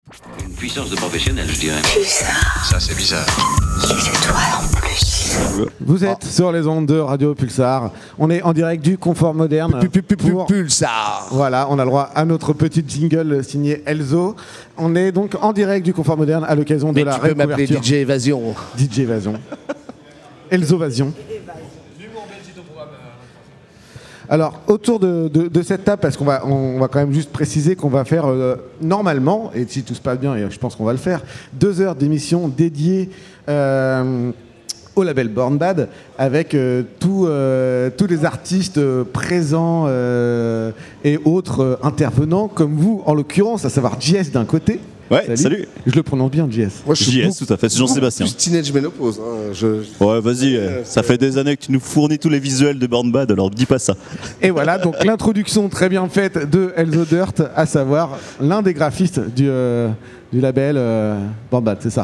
Une puissance de professionnel, je dirais. Pulsar. Ça, c'est bizarre. 6 étoiles en plus. Vous êtes sur les ondes de Radio Pulsar. On est en direct du Confort Moderne. Pulsar. Voilà, on a le droit à notre petite jingle signé Elzo. On est donc en direct du Confort Moderne à l'occasion de la tu peux m'appeler réouverture. DJ Évasion. DJ Évasion. Elzo Vasion. Alors, autour de cette table, parce qu'on va quand même juste préciser qu'on va faire normalement, et si tout se passe bien, et je pense qu'on va le faire, 2 heures d'émission dédiées au label Born Bad, avec tous les artistes présents et autres intervenants, comme vous, en l'occurrence, à savoir JS d'un côté. Ouais, salut. Je le prononce bien, JS. Moi, je suis JS, tout à fait, c'est Jean-Sébastien. plus Teenage Ménopause. Ouais, vas-y, ça fait des années que tu nous fournis tous les visuels de Born Bad, alors dis pas ça. Et voilà, donc l'introduction très bien faite de Elzo Dirt, à savoir l'un des graphistes du label Born Bad, c'est ça.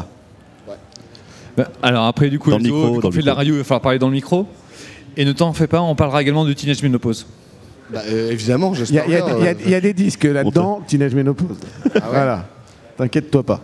Alors après, du coup, Dans le Elzo, micro, vu dans qu'on le fait de la micro. radio, il va falloir parler dans le micro. Et ne t'en fais pas, on parlera également de Teenage Ménopause. Évidemment, Il y, j'espère bien. il y a des disques là-dedans, Teenage Ménopause. Voilà, t'inquiète-toi pas.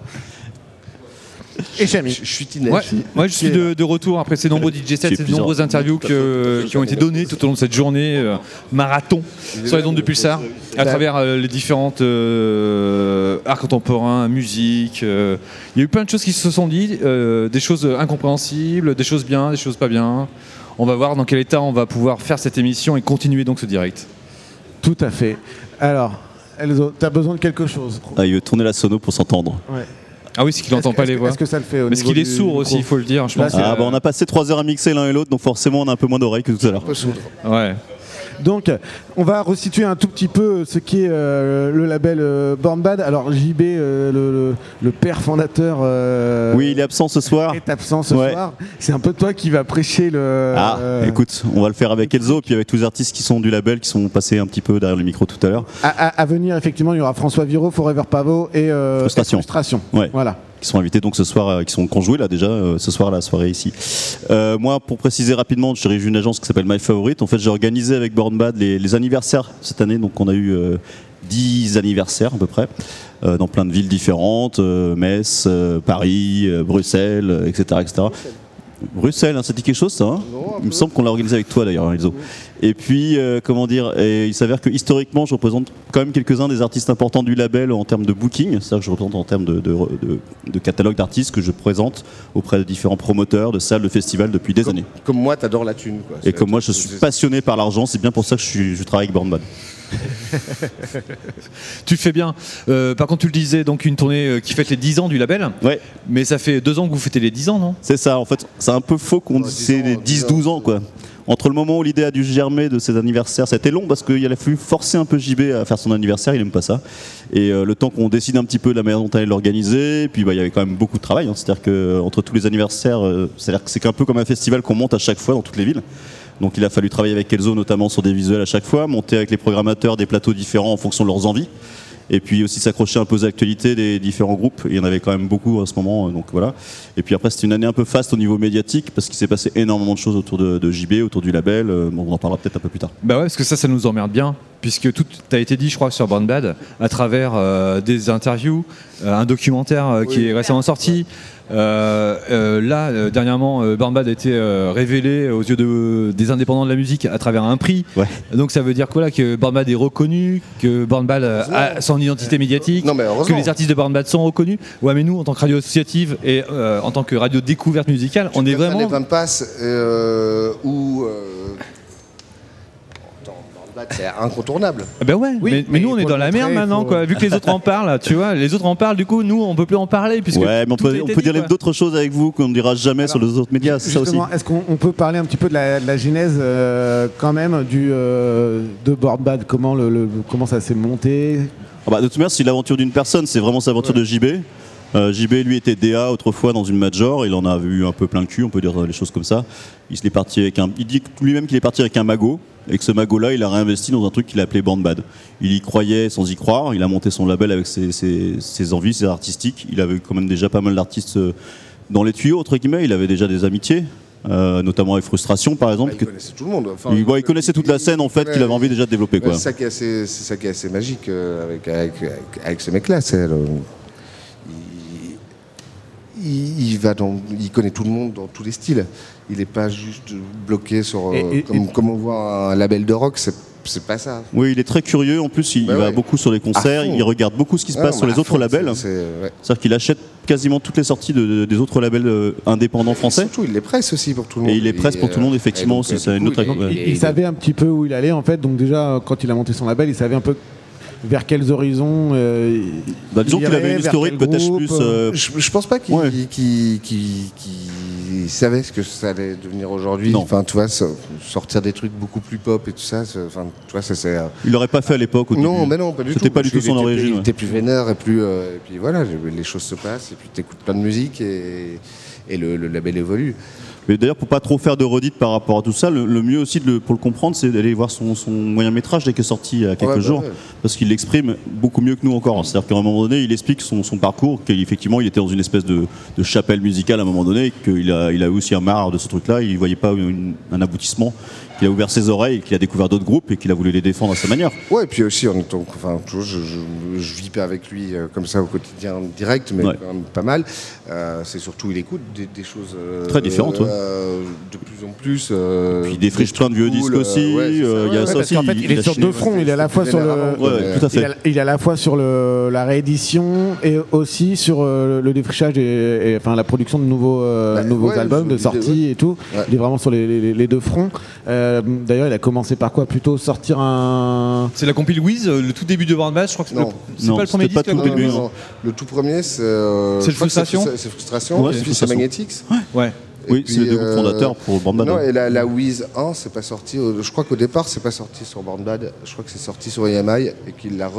Et Chami. Je suis teenage. Ouais, moi je suis de retour après ces nombreux DJ sets, ces nombreuses interviews qui ont été données tout au long de cette journée marathon sur les ondes de Pulsar, à travers les différentes arts contemporains, musique. Il y a eu plein de choses qui se sont dites, des choses incompréhensibles, des choses bien, des choses pas bien. On va voir dans quel état on va pouvoir faire cette émission et continuer donc ce direct. Tout à fait. Alors, Elzo, t'as besoin de quelque chose. Ah, il veut tourner la sono pour s'entendre. Ouais. Ah oui, c'est qu'il n'entend pas les voix. Est-ce que ça le fait au Parce niveau qu'il est du sourd aussi, il micro faut le dire, je Là, pense. c'est- Ah, bah on a passé 3 heures à mixer l'un et l'autre, donc forcément on a un peu moins d'oreilles que tout à l'heure. Ouais. Donc, on va resituer un tout petit peu ce qu'est le label Born Bad. Alors, JB, le père fondateur, Oui, il est absent ce soir. est absent ce Ouais. soir. C'est un peu toi qui va prêcher le. Ah, écoute, on va le faire avec Elzo, puis avec tous les artistes qui sont du label, qui sont passés un petit peu derrière le micro tout à l'heure, À venir, effectivement, il y aura François Viro, Forever Pavo et Frustration. et Frustration. Ouais. Voilà. qui sont invités donc ce soir, qui ont joué là déjà ce soir à la soirée ici. Moi, pour préciser rapidement, je dirige une agence qui s'appelle My Favorite. En fait, j'ai organisé avec Born Bad les anniversaires cette année, donc on a eu 10 anniversaires à peu près, dans plein de villes différentes, Metz, Paris, Bruxelles, etc. Bruxelles, hein, ça dit quelque chose ça, hein? Il me semble qu'on l'a organisé avec toi d'ailleurs, Elzo. Et puis, comment dire, et il s'avère que historiquement, je représente quand même quelques-uns des artistes importants du label en termes de booking, c'est-à-dire que je représente en termes de catalogue d'artistes que je présente auprès de différents promoteurs, de salles, de festivals depuis des années. Comme moi, t'adores la thune. Quoi. Et comme moi, je suis passionné par l'argent, c'est bien pour ça que je travaille avec Born Bad. Tu fais bien. Par contre, tu le disais, donc une tournée qui fête les 10 ans du label. Ouais. Mais ça fait 2 ans que vous fêtez les 10 ans, non? C'est ça, en fait, c'est un peu faux qu'on dise c'est les 10-12 ans, quoi. Entre le moment où l'idée a dû germer de ses anniversaires, c'était long parce qu'il a fallu forcer un peu JB à faire son anniversaire, il n'aime pas ça. Et le temps qu'on décide un petit peu de la manière dont on allait l'organiser, et puis il y avait quand même beaucoup de travail, hein. C'est-à-dire qu'entre tous les anniversaires, c'est-à-dire que c'est un peu comme un festival qu'on monte à chaque fois dans toutes les villes. Donc il a fallu travailler avec Elzo notamment sur des visuels à chaque fois, monter avec les programmateurs des plateaux différents en fonction de leurs envies. Et puis aussi s'accrocher un peu aux actualités des différents groupes. Il y en avait quand même beaucoup à ce moment, donc voilà. Et puis après, c'était une année un peu faste au niveau médiatique, parce qu'il s'est passé énormément de choses autour de JB, autour du label. Bon, on en parlera peut-être un peu plus tard. Bah ouais, parce que ça nous emmerde bien, puisque tout a été dit, je crois, sur Born Bad, à travers des interviews, un documentaire qui est récemment sorti. Dernièrement, Born Bad a été révélé aux yeux des indépendants de la musique à travers un prix. Ouais. Donc ça veut dire quoi, là, que Born Bad est reconnu, que Born Bad a son identité médiatique, Non, mais que heureusement. les artistes de Born Bad sont reconnus. Ouais, mais nous, en tant que radio associative et en tant que radio découverte musicale, on est vraiment... Les 20 passes où... c'est incontournable. Ah ben ouais, Oui, mais nous on il est faut dans le la montrer, merde maintenant, faut- quoi. Vu que les autres en parlent, tu vois, les autres en parlent, du coup nous on peut plus en parler puisque Ouais, mais on tout a peut été dire dit, quoi. d'autres choses avec vous qu'on ne dira jamais sur les autres médias, c'est ça aussi. Justement, est-ce qu'on peut parler un petit peu de la genèse quand même de Born Bad, comment ça s'est monté? Ah bah, de toute manière, c'est l'aventure d'une personne, c'est vraiment l'aventure de JB. JB, lui, était DA autrefois dans une major, il en a eu un peu plein le cul, on peut dire les choses comme ça. Il dit lui-même qu'il est parti avec un magot, et que ce magot-là, il a réinvesti dans un truc qu'il a appelé Born Bad. Il y croyait sans y croire, il a monté son label avec ses envies, ses artistiques. Il avait quand même déjà pas mal d'artistes dans les tuyaux, entre guillemets, il avait déjà des amitiés. Notamment avec Frustration par exemple. Il connaissait tout le monde. Enfin, Il connaissait toute la scène en fait qu'il avait envie déjà de développer, quoi. C'est ça qui est assez magique avec ces mecs-là. il connaît tout le monde dans tous les styles. Il n'est pas juste bloqué sur comme on voit un label de rock. C'est pas ça. Oui, il est très curieux. En plus, il va beaucoup sur les concerts. Il regarde beaucoup ce qui se passe sur les autres labels. C'est-à-dire qu'il achète quasiment toutes les sorties des autres labels indépendants français. Surtout, il les presse aussi pour tout le monde. Et il les presse pour tout le monde, effectivement. C'est une autre. Il savait un petit peu où il allait, en fait. Donc déjà, quand il a monté son label, il savait un peu vers quels horizons. Disons qu'il avait une historique peut-être plus. Je pense pas qu'il savait ce que ça allait devenir aujourd'hui. Enfin, tu vois, sortir des trucs beaucoup plus pop et tout ça. Enfin, tu vois, ça c'est. Il l'aurait pas fait à l'époque. Non, mais non, pas du tout. C'était pas du tout son origine. Il était plus vénère et plus. Et puis voilà, les choses se passent et puis t'écoutes plein de musique et le label évolue. Mais d'ailleurs, pour pas trop faire de redites par rapport à tout ça, le mieux aussi pour le comprendre, c'est d'aller voir son moyen métrage dès qu'il est sorti il y a quelques jours, parce qu'il l'exprime beaucoup mieux que nous encore. C'est-à-dire qu'à un moment donné, il explique son parcours, qu'effectivement, il était dans une espèce de chapelle musicale à un moment donné, et qu'il a aussi un marre de ce truc-là, il voyait pas un aboutissement, qu'il a ouvert ses oreilles, qu'il a découvert d'autres groupes et qu'il a voulu les défendre à sa manière. Ouais, et puis aussi, je vis pas avec lui comme ça au quotidien direct, mais quand même pas mal. C'est surtout, il écoute des choses très différentes. De plus en plus. Puis il défriche plein de vieux disques aussi. Il y a ça aussi. Parce qu'en fait, il est sur deux fronts. Il est à la fois sur il est à la fois sur la réédition et aussi sur le défrichage et enfin la production de nouveaux albums, de sorties et tout. Ouais. Il est vraiment sur les deux fronts. D'ailleurs, il a commencé par quoi? Plutôt sortir un. C'est la compile Wiz, le tout début de Born Bad, je crois que c'est pas le premier disque. Le tout premier, c'est Frustration. C'est Frustration. Et puis c'est Magnetics. Ouais. Oui, c'est les deux groupes fondateurs pour Born Bad. Non, et la Wiz 1, c'est pas sorti. Je crois qu'au départ, c'est pas sorti sur Born Bad. Je crois que c'est sorti sur EMI et qu'il l'a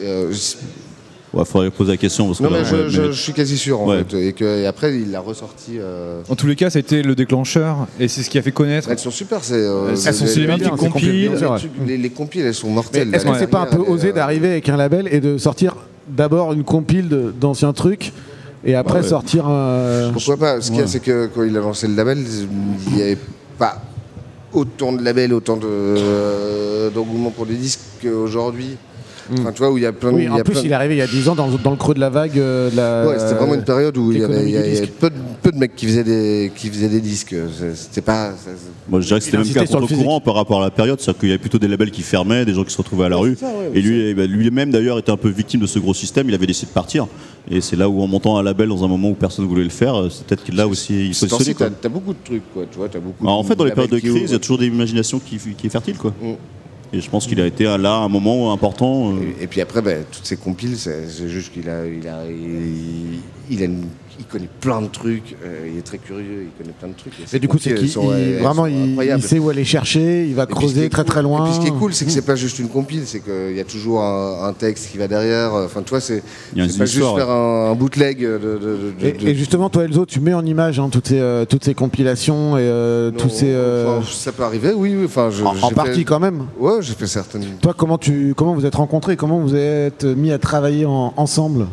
faudrait poser la question. Parce que je suis quasi sûr en fait. Et après, il l'a ressorti. En tous les cas, ça a été le déclencheur et c'est ce qui a fait connaître. Elles sont super. Elles sont cinématiques, compiles. Les compiles, elles sont mortelles. Est-ce que c'est pas un peu osé d'arriver avec un label et de sortir d'abord une compile d'anciens trucs et après sortir Pourquoi pas? Ce qu'il y a, c'est que quand il a lancé le label, il n'y avait pas autant de labels, autant d'engouement pour des disques qu'aujourd'hui. Enfin, tu vois, où il y a plein de. Oui, en plus, il est arrivé il y a 10 ans dans le creux de la vague. Ouais, c'était vraiment une période où il y avait peu de mecs qui faisaient des disques. C'était pas. Moi, je dirais que c'était même qu'un contre-courant par rapport à la période. C'est-à-dire qu'il y avait plutôt des labels qui fermaient, des gens qui se retrouvaient à la rue. Et lui-même, d'ailleurs, était un peu victime de ce gros système. Il avait décidé de partir. Et c'est là où, en montant un label dans un moment où personne ne voulait le faire, c'est peut-être que là aussi, il faut se solliciter. T'as beaucoup de trucs, quoi. Tu vois, t'as beaucoup. En fait, dans les périodes de crise, il y a toujours des imaginations qui est fertile, quoi. Et je pense qu'il a été là à un moment important. Et puis après, toutes ces compiles, c'est juste qu'il il connaît plein de trucs, il est très curieux, il connaît plein de trucs. Et du coup, c'est qu'il il sait où aller chercher, il va creuser très très loin. Et puis ce qui est cool, c'est que c'est pas juste une compile, c'est qu'il y a toujours un texte qui va derrière. Enfin, toi, c'est pas juste faire un bootleg. Et justement, toi, Elzo, tu mets en image toutes ces compilations et tous ces. Ça peut arriver, oui. Enfin, en partie quand même. Ouais, j'ai fait certaines. Toi, comment vous êtes rencontrés, comment vous êtes mis à travailler ensemble?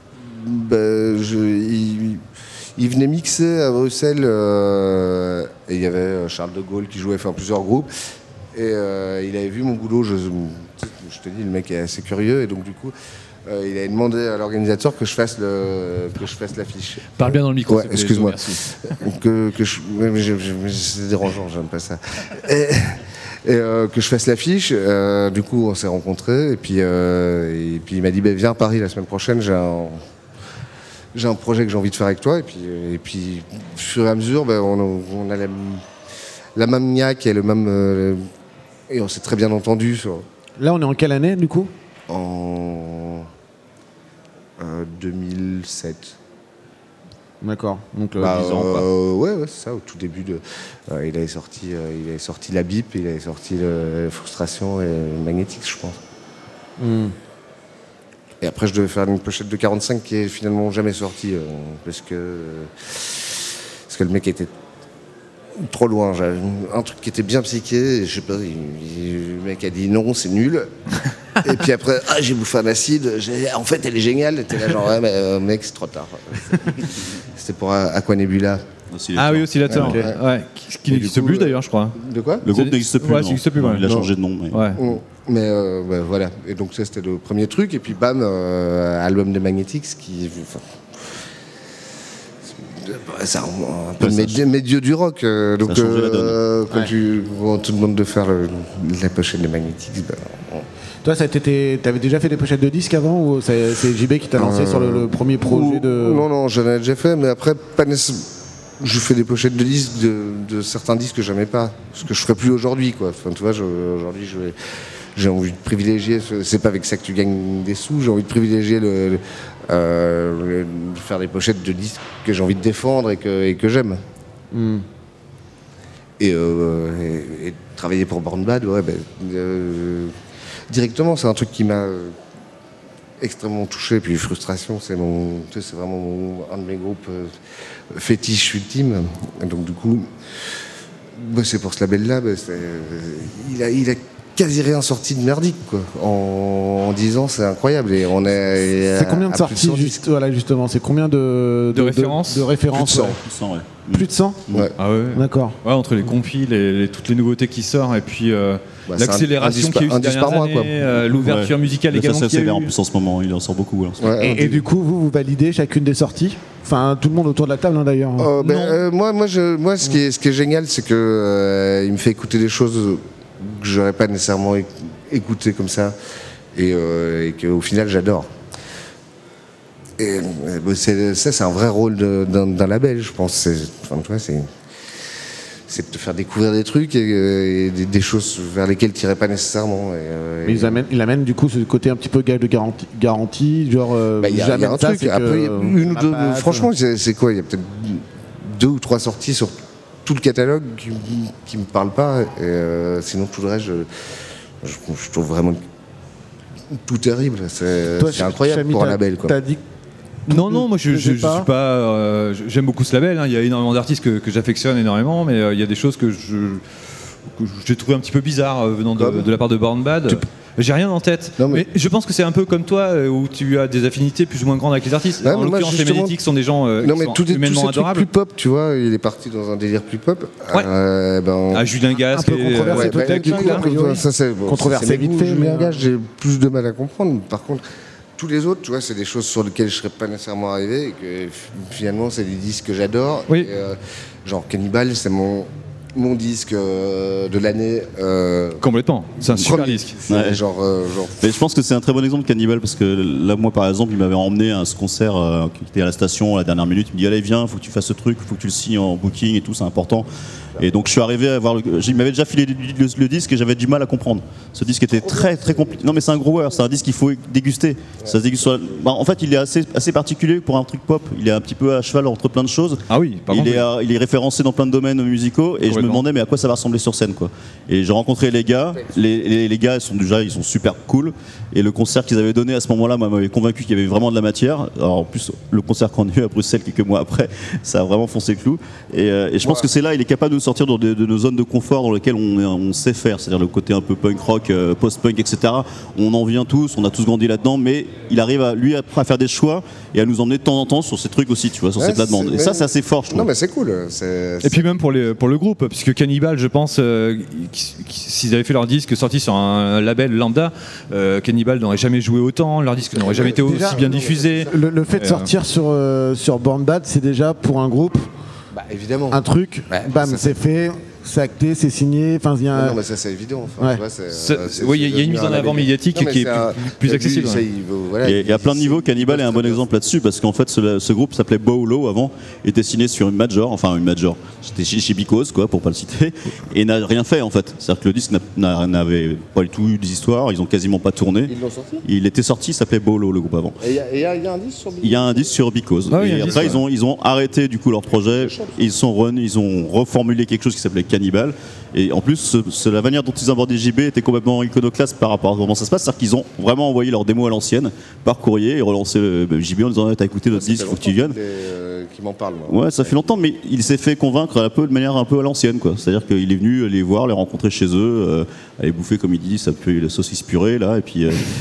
Il venait mixer à Bruxelles et il y avait Charles de Gaulle qui jouait, plusieurs groupes et il avait vu mon boulot. Je te dis, le mec est assez curieux et donc du coup il avait demandé à l'organisateur que je fasse l'affiche. Parle bien dans le micro. Ouais, excuse-moi. C'est dérangeant, j'aime pas ça. Et que je fasse l'affiche, du coup on s'est rencontrés et puis il m'a dit viens à Paris la semaine prochaine, j'ai un projet que j'ai envie de faire avec toi et puis au fur et à mesure on a la même niaque et le même et on s'est très bien entendu. Là on est en quelle année du coup? En 2007. D'accord, donc 10 ans quoi. Ouais, c'est ça, au tout début il avait sorti la BIP, il avait sorti Frustration et Magnetics, je pense. Et après je devais faire une pochette de 45 qui est finalement jamais sortie parce que le mec était trop loin. J'avais un truc qui était bien psyché, et je sais pas, le mec a dit non, c'est nul. Et puis après, j'ai bouffé un acide, en fait elle est géniale, t'es là genre, ouais, mais mec, c'est trop tard. C'était pour Aquanebula. Oui, Oscillator. Ouais. Qui n'existe plus d'ailleurs, je crois. De quoi? Le groupe n'existe plus. Ouais, ça n'existe plus. Il a changé de nom. Mais voilà. Et donc ça, c'était le premier truc. Et puis bam, album de Magnetics qui. c'est un peu mes dieux du rock. Donc, Ça a changé la donne. quand on te demande de faire la pochette de Magnetics, Toi, t'avais déjà fait des pochettes de disques avant ou c'est JB qui t'a lancé sur le premier projet de... Non, j'en ai déjà fait, mais après, je fais des pochettes de disques de certains disques que j'aimais pas, ce que je ferais plus aujourd'hui, quoi. Enfin, tu vois, aujourd'hui, j'ai envie de privilégier, c'est pas avec ça que tu gagnes des sous, j'ai envie de privilégier faire des pochettes de disques que j'ai envie de défendre et que j'aime. Et travailler pour Born Bad, directement, c'est un truc qui m'a extrêmement touché. Puis Frustration, c'est vraiment un de mes groupes fétiches ultimes. Donc du coup, c'est pour ce label-là, il a quasi rien sorti de merdique, quoi. En 10 ans, c'est incroyable. Et on est. C'est combien de sorties justement? C'est combien de références de références? Plus de 100. Ouais. Ah ouais. D'accord. Ouais, entre les compiles et toutes les nouveautés qui sortent et puis l'accélération qu'il y a eu ces dernières années, l'ouverture musicale également qu'il y a eu. En plus en ce moment, il en sort beaucoup. Et du coup, vous validez chacune des sorties? Enfin, tout le monde autour de la table, d'ailleurs. Moi, ce qui est génial, c'est que il me fait écouter des choses que j'aurais pas nécessairement écouté comme ça et qu'au final j'adore. Et c'est un vrai rôle d'un label, je pense. C'est de te faire découvrir des trucs et des choses vers lesquelles tu n'irais pas nécessairement. Mais il amène du coup ce côté un petit peu gage de garantie, genre jamais un truc. Après, une ou deux. Franchement, c'est quoi? Il y a peut-être 2 ou 3 sorties sur tout le catalogue qui me parle pas. Sinon, tout le reste, je trouve vraiment tout terrible. C'est incroyable pour un label, quoi. T'as dit Non, moi je suis pas. J'aime beaucoup ce label. Il y a énormément d'artistes que j'affectionne énormément, mais il y a des choses que j'ai trouvé un petit peu bizarres venant de la part de Born Bad. J'ai rien en tête, mais je pense que c'est un peu comme toi où tu as des affinités plus ou moins grandes avec les artistes. En l'occurrence, les Magnetics sont des gens humainement adorables. Plus pop, tu vois, il est parti dans un délire plus pop. Ouais. Julien Gasque. Un peu controversé peut-être. Controversé vite fait. Julien Gasque, j'ai plus de mal à comprendre. Par contre, tous les autres, tu vois, c'est des choses sur lesquelles je serais pas nécessairement arrivé et que finalement, c'est des disques que j'adore. Oui. Genre Cannibal, c'est mon disque de l'année. Complètement, c'est un super disque. Ouais. Mais je pense que c'est un très bon exemple de Cannibal parce que là, moi par exemple, il m'avait emmené à ce concert qui était à la station à la dernière minute. Il me dit allez, viens, faut que tu fasses ce truc, faut que tu le signes en booking et tout, c'est important. Et donc je suis arrivé à voir il m'avait déjà filé le disque et j'avais du mal à comprendre. Ce disque était très très compliqué. Non mais c'est un grower, c'est un disque qu'il faut déguster. Ça se déguste en fait, il est assez particulier pour un truc pop. Il est un petit peu à cheval entre plein de choses. Ah oui, il est référencé dans plein de domaines musicaux et je me demandais mais à quoi ça va ressembler sur scène, quoi. Et j'ai rencontré les gars. Les gars ils sont super cool. Et le concert qu'ils avaient donné à ce moment-là m'avait convaincu qu'il y avait vraiment de la matière. Alors en plus le concert qu'on a eu à Bruxelles quelques mois après, ça a vraiment foncé le clou. Et je pense que c'est là, il est capable de sortir de nos zones de confort dans lesquelles on sait faire, c'est-à-dire le côté un peu punk rock, post-punk, etc. On en vient tous, on a tous grandi là-dedans, mais il arrive à faire des choix et à nous emmener de temps en temps sur ces trucs aussi, tu vois, sur ces plates-bandes. Et ça, c'est assez fort, je trouve. Non, mais c'est cool. Et puis même pour le groupe, puisque Cannibal, je pense, s'ils avaient fait leur disque sorti sur un label lambda, Cannibal n'aurait jamais joué autant, leur disque n'aurait jamais été aussi bien diffusé. Le fait de sortir sur Born Bad, c'est déjà pour un groupe. Évidemment. Un truc, c'est fait, c'est acté, c'est signé. Enfin, il y a. Non, mais ça, c'est évident. Oui, il y a une mise en avant médiatique qui est plus accessible. Il y a plein de niveaux. Cannibal est un bon exemple là-dessus parce qu'en fait, ce groupe s'appelait Bowlow avant, était signé sur une major. C'était chez Because, quoi, pour pas le citer, et n'a rien fait en fait. C'est-à-dire que le disque n'avait pas du tout eu des histoires. Ils ont quasiment pas tourné. Ils l'ont sorti. Il était sorti, il s'appelait Bowlow, le groupe avant. Et il y a un disque sur Because. Il y a un disque sur Because. Et après, ils ont arrêté du coup leur projet. Ils ont reformulé quelque chose qui s'appelait Cannibal. Et en plus, la manière dont ils abordaient JB était complètement iconoclaste par rapport à comment ça se passe. C'est-à-dire qu'ils ont vraiment envoyé leur démo à l'ancienne par courrier et relancé JB en disant t'as écouté notre disque, faut que tu viennes. Qui m'en parle. Moi. Ouais, ça fait longtemps, mais il s'est fait convaincre de manière un peu à l'ancienne, quoi. C'est-à-dire qu'il est venu les voir, les rencontrer chez eux, aller bouffer, comme il dit, ça peut la saucisse purée là, et puis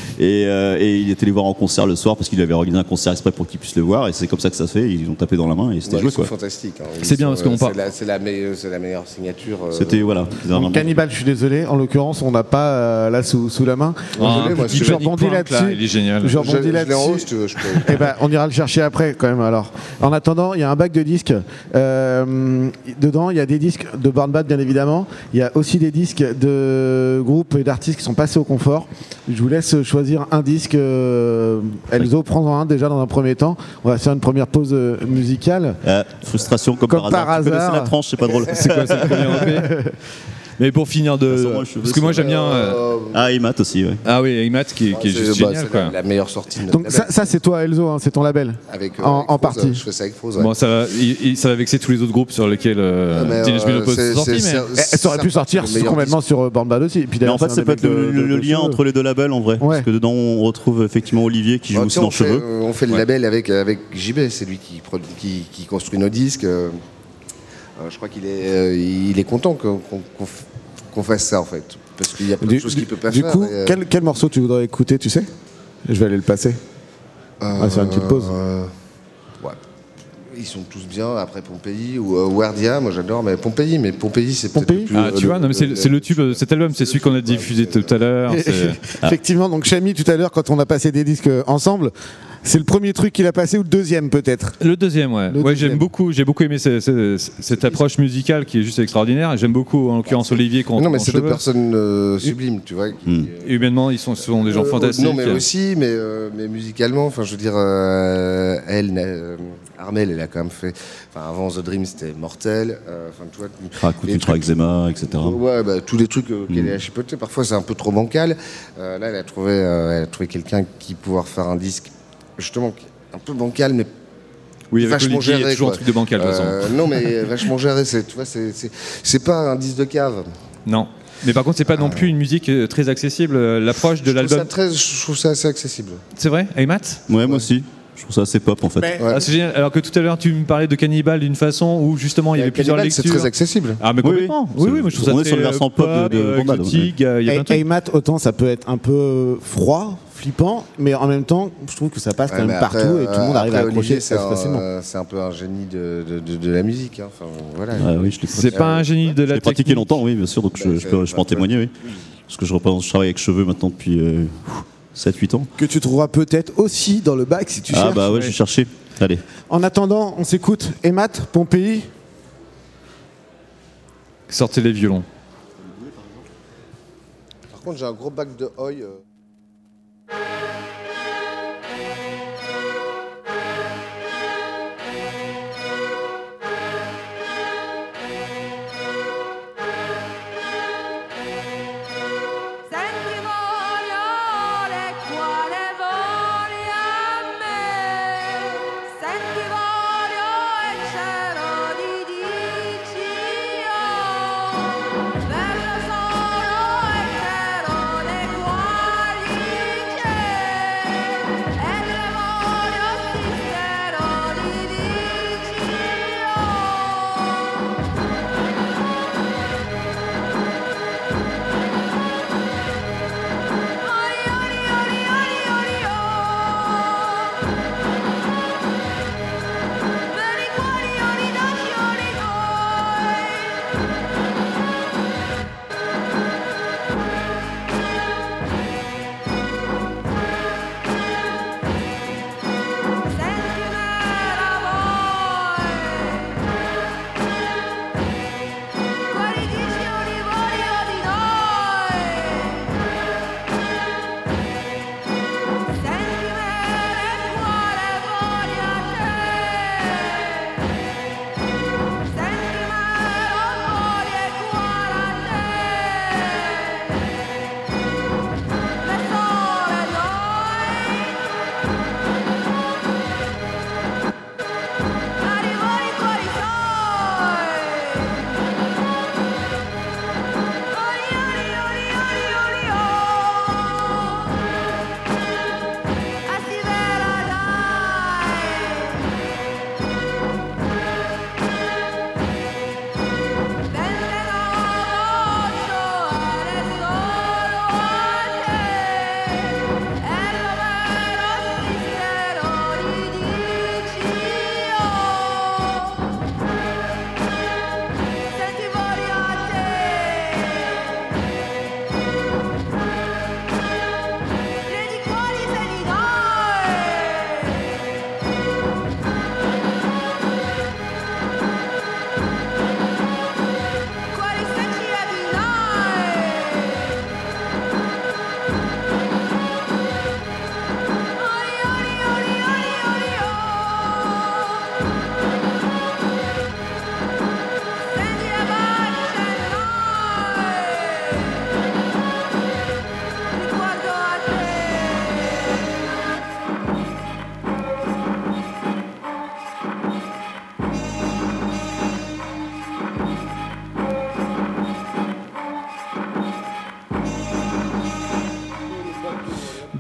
et il était les voir en concert le soir parce qu'il avait organisé un concert exprès pour qu'ils puissent le voir, et c'est comme ça que ça se fait. Ils ont tapé dans la main et c'était joué, quoi. C'est fantastique. C'est bien parce qu'on parle. C'est la meilleure signature ouverture. C'était voilà. Donc, Cannibal, je suis désolé. En l'occurrence, on n'a pas là sous la main. Moi, je rebondis là-dessus. Il est génial. Je rebondis je l'ai en haut, là-dessus. si tu veux, je peux. Eh ben, on ira le chercher après quand même. Alors, en attendant, il y a un bac de disques. Dedans, il y a des disques de Born Bad, bien évidemment. Il y a aussi des disques de groupes et d'artistes qui sont passés au confort. Je vous laisse choisir un disque. Elzo, prendre un déjà dans un premier temps. On va faire une première pause musicale. Frustration comme par hasard. Tu connaissais la tranche, c'est pas drôle. C'est quoi, c'est le premier EP? Mais pour finir parce que moi j'aime bien. Imat aussi, ouais. Ah oui, Imat qui est juste génial, c'est quoi. la meilleure sortie de notre Donc label. ça c'est toi Elzo, hein, c'est ton label. Avec, en avec Froze, partie. Je fais ça avec Froze. Bon, ça va vexer tous les autres groupes sur lesquels Teenage Mutant Pose est sorti, mais Ça aurait pu sortir complètement sur Born Bad aussi. Et puis, Mais en d'ailleurs, fait, c'est ça peut un être des mecs le de lien cheveux. entre les deux labels en vrai. Ouais. Parce que dedans, on retrouve effectivement Olivier qui joue aussi dans Cheveux. On fait le label avec JB, c'est lui qui construit nos disques. Je crois qu'il est content qu'on fasse ça en fait. Parce qu'il y a plein de choses qu'il peut pas faire. Du coup, quel morceau tu voudrais écouter, tu sais? Je vais aller le passer. On va faire une petite pause. Ouais. Ils sont tous bien. Après Pompéi ou Wardia, moi j'adore, mais Pompéi c'est peut-être Pompéi le plus. Ah, tu vois, non, mais c'est le tube de cet album, c'est celui qu'on a diffusé tout à l'heure. Effectivement, donc Chami, tout à l'heure, quand on a passé des disques ensemble, c'est le premier truc qu'il a passé ou le deuxième peut-être? Le deuxième, ouais. J'ai beaucoup aimé cette approche musicale qui est juste extraordinaire. Et j'aime beaucoup, en l'occurrence, Olivier qu'on Non, mais c'est deux personnes sublimes, tu vois. Et humainement, ils sont souvent des gens fantastiques. Non, mais aussi, mais musicalement, enfin, je veux dire, Armel, elle a quand même fait. Enfin, avant The Dream, c'était mortel. Enfin, tu vois. Ultra Eczema, etc. Ouais, bah, tous les trucs qu'elle a chipotés. Parfois, c'est un peu trop bancal. Là, elle a trouvé quelqu'un qui pourra faire un disque, justement, un peu bancal, mais oui, avec vachement Olivier, il y a géré. toujours un truc de bancal, de toute façon. Non, mais vachement géré. Tu vois, c'est pas un disque de cave. Non. Mais par contre, c'est pas non plus une musique très accessible. L'approche de l'album. Je trouve ça assez accessible. C'est vrai, Aymat? Ouais, moi aussi. Je trouve ça assez pop en fait. Mais- Ouais. Ah, c'est génial. Alors que tout à l'heure, tu me parlais de Cannibal d'une façon où justement il y avait plusieurs Cannibal, lectures. c'est très accessible. Ah, mais Oui, complètement. oui. Oui, moi je trouve ça On est très, sur le versant pop de Bombad, exotique, il y a plein de trucs. Aymat, autant ça peut être un peu froid, flippant, mais en même temps, je trouve que ça passe quand même partout et tout le monde arrive à accrocher facilement. C'est un peu un génie de la musique. Hein. Enfin, voilà. Ah oui, je l'ai C'est pas un génie de la Je l'ai pratiqué technique. longtemps, oui, bien sûr, donc je peux en témoigner, oui. Parce que je travaille avec Cheveux maintenant depuis 7-8 ans. Que tu trouveras peut-être aussi dans le bac si tu Ah cherches. bah ouais, j'ai cherché. Allez. En attendant, on s'écoute Aymat, Pompéi. Sortez les violons. Par contre, j'ai un gros bac de Hoy. Senti vogliore quale voli a me, senti voglio e cielo di dicio, bello solo e cielo dei cuori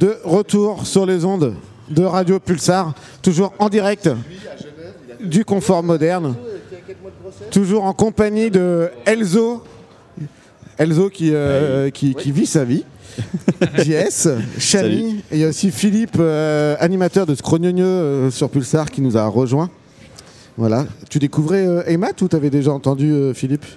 de retour sur les ondes de Radio Pulsar, toujours en direct du confort moderne, toujours en compagnie de Elzo qui vit sa vie, JS, Chani, et il y a aussi Philippe, animateur de Scrogneux sur Pulsar, qui nous a rejoint. Voilà. Tu découvrais Aymat ou t'avais déjà entendu Philippe?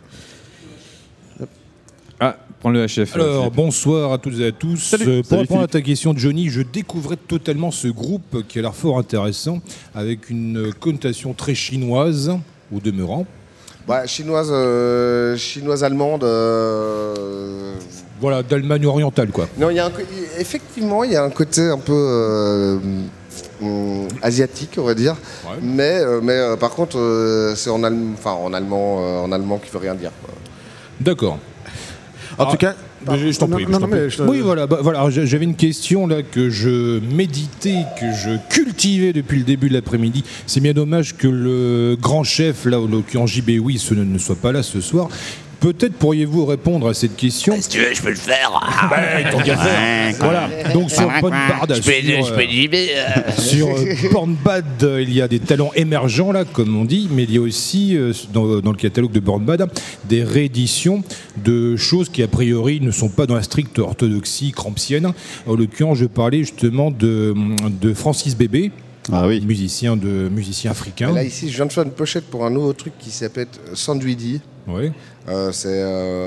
Ah, prends le HF. Alors, Philippe. bonsoir à toutes et à tous. Salut. Pour répondre à Philippe. ta question, Johnny, je découvrais totalement ce groupe qui a l'air fort intéressant, avec une connotation très chinoise, au demeurant. Ouais, chinoise allemande. Voilà, d'Allemagne orientale, quoi. Non, effectivement, il y a un côté un peu asiatique, on va dire. Ouais. Mais par contre, c'est en allemand qui veut rien dire, quoi. D'accord. En tout cas, Je t'en prie. non, mais je- Oui, voilà. Alors, j'avais une question là que je méditais, que je cultivais depuis le début de l'après-midi. C'est bien dommage que le grand chef, là, en JB, oui, ne soit pas là ce soir. Peut-être pourriez-vous répondre à cette question. Si tu veux, je peux le faire. Tant qu'à faire. Voilà. Donc sur Pornbad, sur Pornbad, il y a des talents émergents là, comme on dit, mais il y a aussi dans le catalogue de Pornbad des rééditions de choses qui a priori ne sont pas dans la stricte orthodoxie crampsienne. En l'occurrence, je parlais justement de Francis Bébé. Ah oui. Musicien africain. Et là, ici, je viens de faire une pochette pour un nouveau truc qui s'appelle Sandwidi. Ouais. C'est.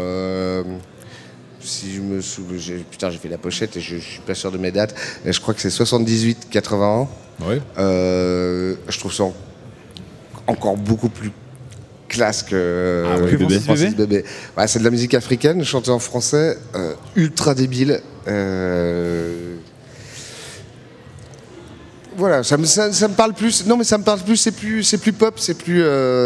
Si je me souviens. Putain, j'ai fait la pochette et je suis pas sûr de mes dates. Et je crois que c'est 78-81. Ouais. Je trouve ça encore beaucoup plus classe que Francis Bébé. Ouais, c'est de la musique africaine, chantée en français, ultra débile. Voilà, ça me parle plus. Non, mais ça me parle plus. C'est plus pop, c'est plus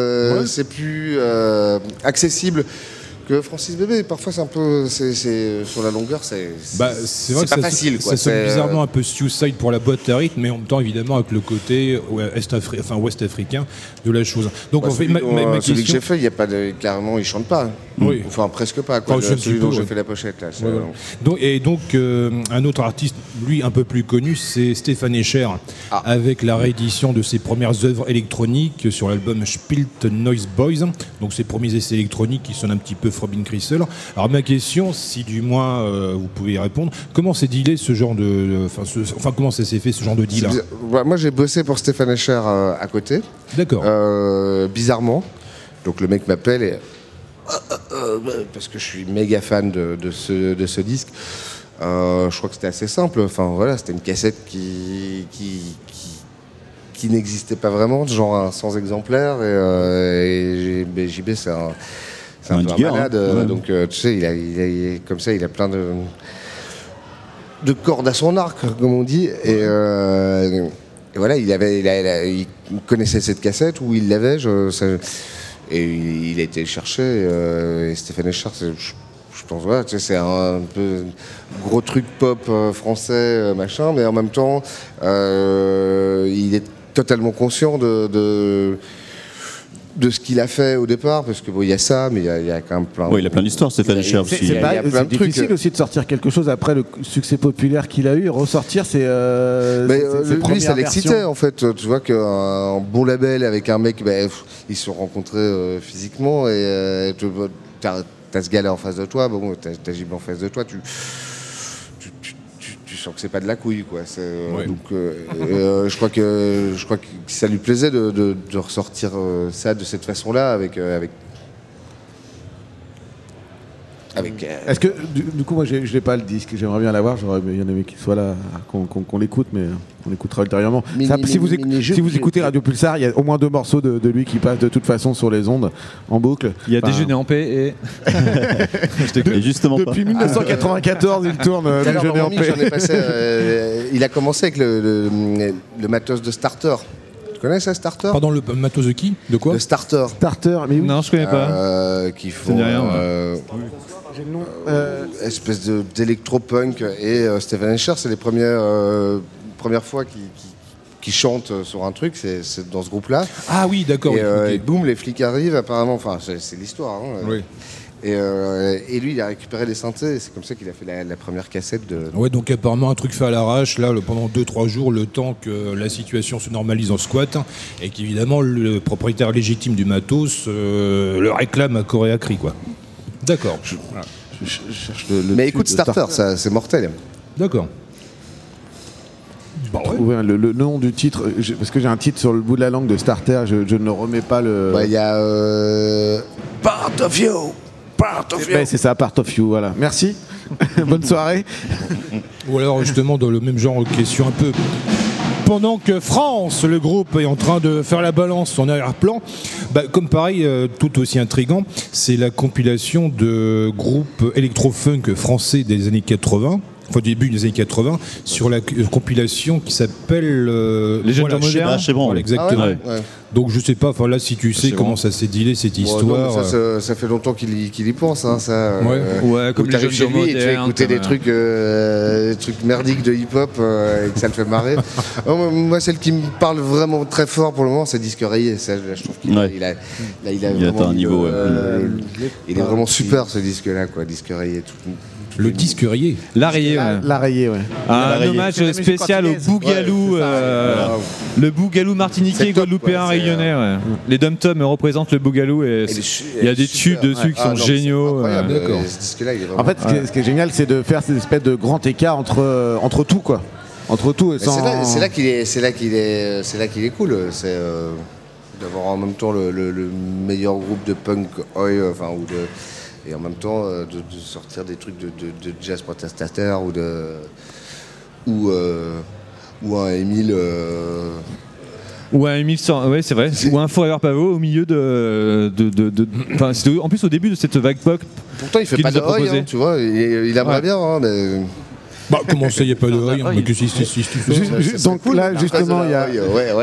accessible que Francis Bébé. Parfois, c'est un peu, c'est sur la longueur, c'est vrai que pas facile, quoi. Ça sonne C'est, bizarrement un peu Suicide pour la boîte à rythme, mais en même temps, évidemment, avec le côté ouest africain de la chose. Donc, bah, en fait, celui, ma celui que question. j'ai fait, il y a pas de, clairement, il chante pas. Oui. Enfin, presque pas. Quoi. Enfin, Celui dont peu, j'ai ouais. fait la pochette là. c'est- Ouais. Donc, un autre artiste, lui, un peu plus connu, c'est Stéphane Escher, Ah. avec la réédition de ses premières œuvres électroniques sur l'album Spilt Noise Boys, donc ses premiers essais électroniques qui sonnent un petit peu Frobin Crystal. Alors, ma question, si du moins vous pouvez y répondre, comment s'est dealé ce genre de. Comment ça s'est fait ce genre de deal? C'est bizarre. Ouais, moi, j'ai bossé pour Stéphane Escher à côté. D'accord. Bizarrement. Donc le mec m'appelle et parce que je suis méga fan de ce disque. Je crois que c'était assez simple. Enfin voilà, c'était une cassette qui n'existait pas vraiment, genre un sans exemplaire. Et JB c'est un peu un digger, malade. hein. Ouais. Donc tu sais, il a comme ça, il a plein de cordes à son arc, comme on dit. Et voilà, il connaissait cette cassette où il l'avait. Et il a été le chercher. Et Stéphane Escher, je pense, voilà, tu sais, c'est un peu gros truc pop français, machin, mais en même temps, il est totalement conscient de ce qu'il a fait au départ, parce que bon, il y a ça, mais il y a quand même plein. Ouais, il a plein d'histoires, Stéphane Escher. C'est aussi. il y a plein c'est de trucs. difficile aussi de sortir quelque chose après le succès populaire qu'il a eu. Ressortir, c'est. Mais ses lui, premières ça l'excitait versions. en fait. Tu vois qu'un bon label avec un mec, ils se sont rencontrés physiquement et t'as ce gars-là en face de toi, t'as JB en face de toi, tu sens que c'est pas de la couille, quoi. Ouais. Donc, je crois que ça lui plaisait de ressortir ça de cette façon-là avec. Est-ce que du coup, moi, je n'ai pas le disque. J'aimerais bien l'avoir. J'aurais bien aimé qu'il soit là, qu'on l'écoute, mais on l'écoutera ultérieurement. Si vous écoutez Radio Pulsar, il y a au moins 2 morceaux de lui qui passent de toute façon sur les ondes en boucle. Il y a Enfin, Déjeuner en paix et. Et justement pas. depuis 1994, il tourne Alors, Déjeuner en Romy, paix. j'en ai passé, il a commencé avec le matos de Starter. Tu connais ça, Starter? Pardon, le matos de qui? De quoi? Le Starter. Starter, mais oui. Non, je connais pas. Qui Ça font dit rien, J'ai le nom. espèce d'électro-punk. Et Stéphane Escher, c'est les premières fois qu'il chante sur un truc, c'est dans ce groupe-là. Ah oui, d'accord. Et oui, ok. boum, les flics arrivent, apparemment. Enfin, c'est l'histoire. Hein. Oui. Et lui, il a récupéré les synthés. C'est comme ça qu'il a fait la première cassette de. Ouais, donc apparemment un truc fait à l'arrache, là, pendant 2-3 jours, le temps que la situation se normalise en squat, et qu'évidemment le propriétaire légitime du matos le réclame à corps et à cri, quoi. D'accord. Voilà. Je cherche le Mais dessus écoute, de Starter, ça, c'est mortel. D'accord. Bah ouais. Trouver le nom du titre, parce que j'ai un titre sur le bout de la langue de Starter, je ne remets pas le. Il y a Part of You. Part of You. C'est ça, Part of You, voilà. Merci. Bonne soirée. Ou alors justement dans le même genre de question un peu. Pendant que France, le groupe, est en train de faire la balance en arrière-plan, comme pareil, tout aussi intriguant, c'est la compilation de groupes électro-funk français des années 80, enfin début des années 80, sur la compilation qui s'appelle Les jeunes gens modernes. Voilà, exactement. Ah ouais. Donc je sais pas, là si tu sais comment ça s'est dealé cette histoire. Non, ça fait longtemps qu'il y pense. Hein, ça, ouais, comme les jeunes chez gens lui et tu vas modernes, écouter des trucs merdiques de hip-hop et que ça le fait marrer. Moi, celle qui me parle vraiment très fort pour le moment, c'est Disque Rayé. Ça, je trouve qu'il il atteint un niveau. Il est vraiment super ce disque-là, quoi. Disque Rayé. Le disque rayé. La rayée, ouais. La rayée, ouais. Un hommage spécial au Bougalou, le Bougalou martiniquais, guadeloupéen, réunionnais. Ouais. Les dom-toms représentent le Bougalou et il y a des tubes dessus qui sont géniaux. D'accord. Ce disque-là, il est vraiment. En fait, ce qui est génial, c'est de faire cette espèce de grand écart entre tout, quoi. Entre tout et sans. C'est là qu'il est cool. C'est d'avoir en même temps le meilleur groupe de punk et en même temps de sortir des trucs de jazz protestataire ou un Émile. Ou un Émile, ouais, c'est vrai. Ou un Forever Pavot au milieu c'était en plus au début de cette vague pop. Pourtant, il fait pas de Oi, hein, tu vois. Il aimerait bien, hein, mais. Comment ça, il n'y a pas de Oi, mais que si. Donc là, justement, il y a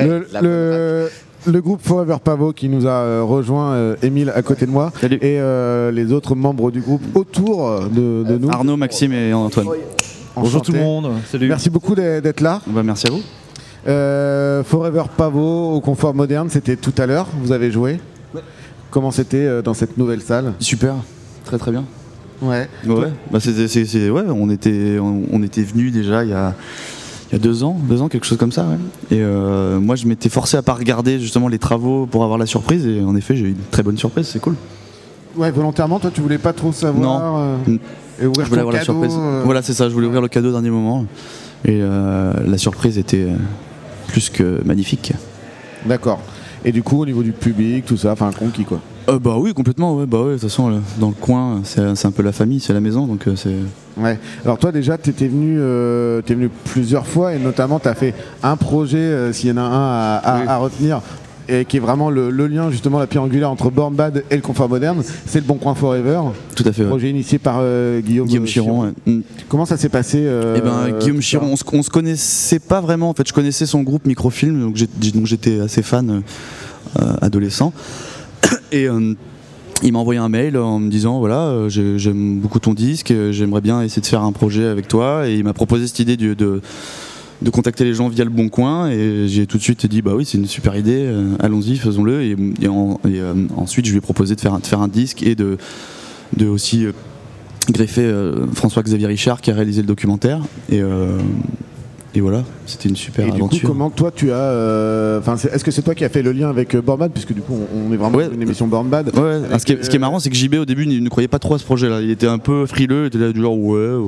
le groupe Forever Pavot qui nous a rejoint, Émile à côté de moi. Salut. Et les autres membres du groupe autour de nous. Arnaud, Maxime et Antoine. Bonjour tout le monde. Salut. Merci beaucoup d'être là. Merci à vous. Forever Pavot au Confort Moderne, c'était tout à l'heure. Vous avez joué. Comment c'était dans cette nouvelle salle? Super, très très bien. Ouais. On était venus déjà il y a 2 ans, quelque chose comme ça. Ouais. Et moi, je m'étais forcé à pas regarder justement les travaux pour avoir la surprise. Et en effet, j'ai eu une très bonne surprise. C'est cool. Ouais, volontairement, toi, tu voulais pas trop savoir. Non. Et ouvrir je voulais ton avoir cadeau, la surprise. Voilà, c'est ça. Je voulais ouvrir le cadeau au dernier moment. Et la surprise était plus que magnifique. D'accord. Et du coup, au niveau du public, tout ça, conquis quoi. Bah oui, complètement. Ouais. De toute façon, dans le coin, c'est un peu la famille, c'est la maison, donc c'est. Ouais. Alors toi déjà, t'es venu plusieurs fois et notamment t'as fait un projet, s'il y en a un à retenir, et qui est vraiment le lien justement, la pierre angulaire entre Born Bad et le Confort Moderne, c'est le Bon Coin Forever. Tout à fait. Projet initié par Guillaume Chiron. Ouais. Comment ça s'est passé Guillaume Chiron, on se connaissait pas vraiment. En fait, je connaissais son groupe Microfilm, donc j'étais assez fan adolescent. Et il m'a envoyé un mail en me disant voilà, j'aime beaucoup ton disque, j'aimerais bien essayer de faire un projet avec toi. Et il m'a proposé cette idée de contacter les gens via le Bon Coin. Et j'ai tout de suite dit bah oui, c'est une super idée, allons-y, faisons-le. Et ensuite, je lui ai proposé de faire un disque et de aussi greffer François-Xavier Richard qui a réalisé le documentaire. Et voilà, c'était une super aventure. Du coup, comment toi tu as... est-ce que c'est toi qui as fait le lien avec Born Bad, puisque du coup on est vraiment dans une émission Born Bad. Ouais, ce qui est marrant, c'est que JB au début ne croyait pas trop à ce projet-là. Il était un peu frileux, il était là du genre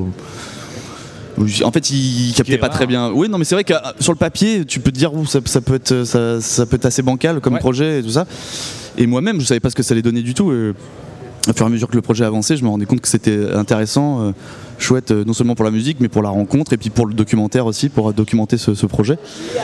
En fait, il captait pas très bien. Oui, non, mais c'est vrai que sur le papier, tu peux te dire ça peut être assez bancal comme projet et tout ça. Et moi-même, je savais pas ce que ça allait donner du tout. Au fur et à mesure que le projet avançait, je me rendais compte que c'était intéressant, chouette, non seulement pour la musique, mais pour la rencontre, et puis pour le documentaire aussi, pour documenter ce projet.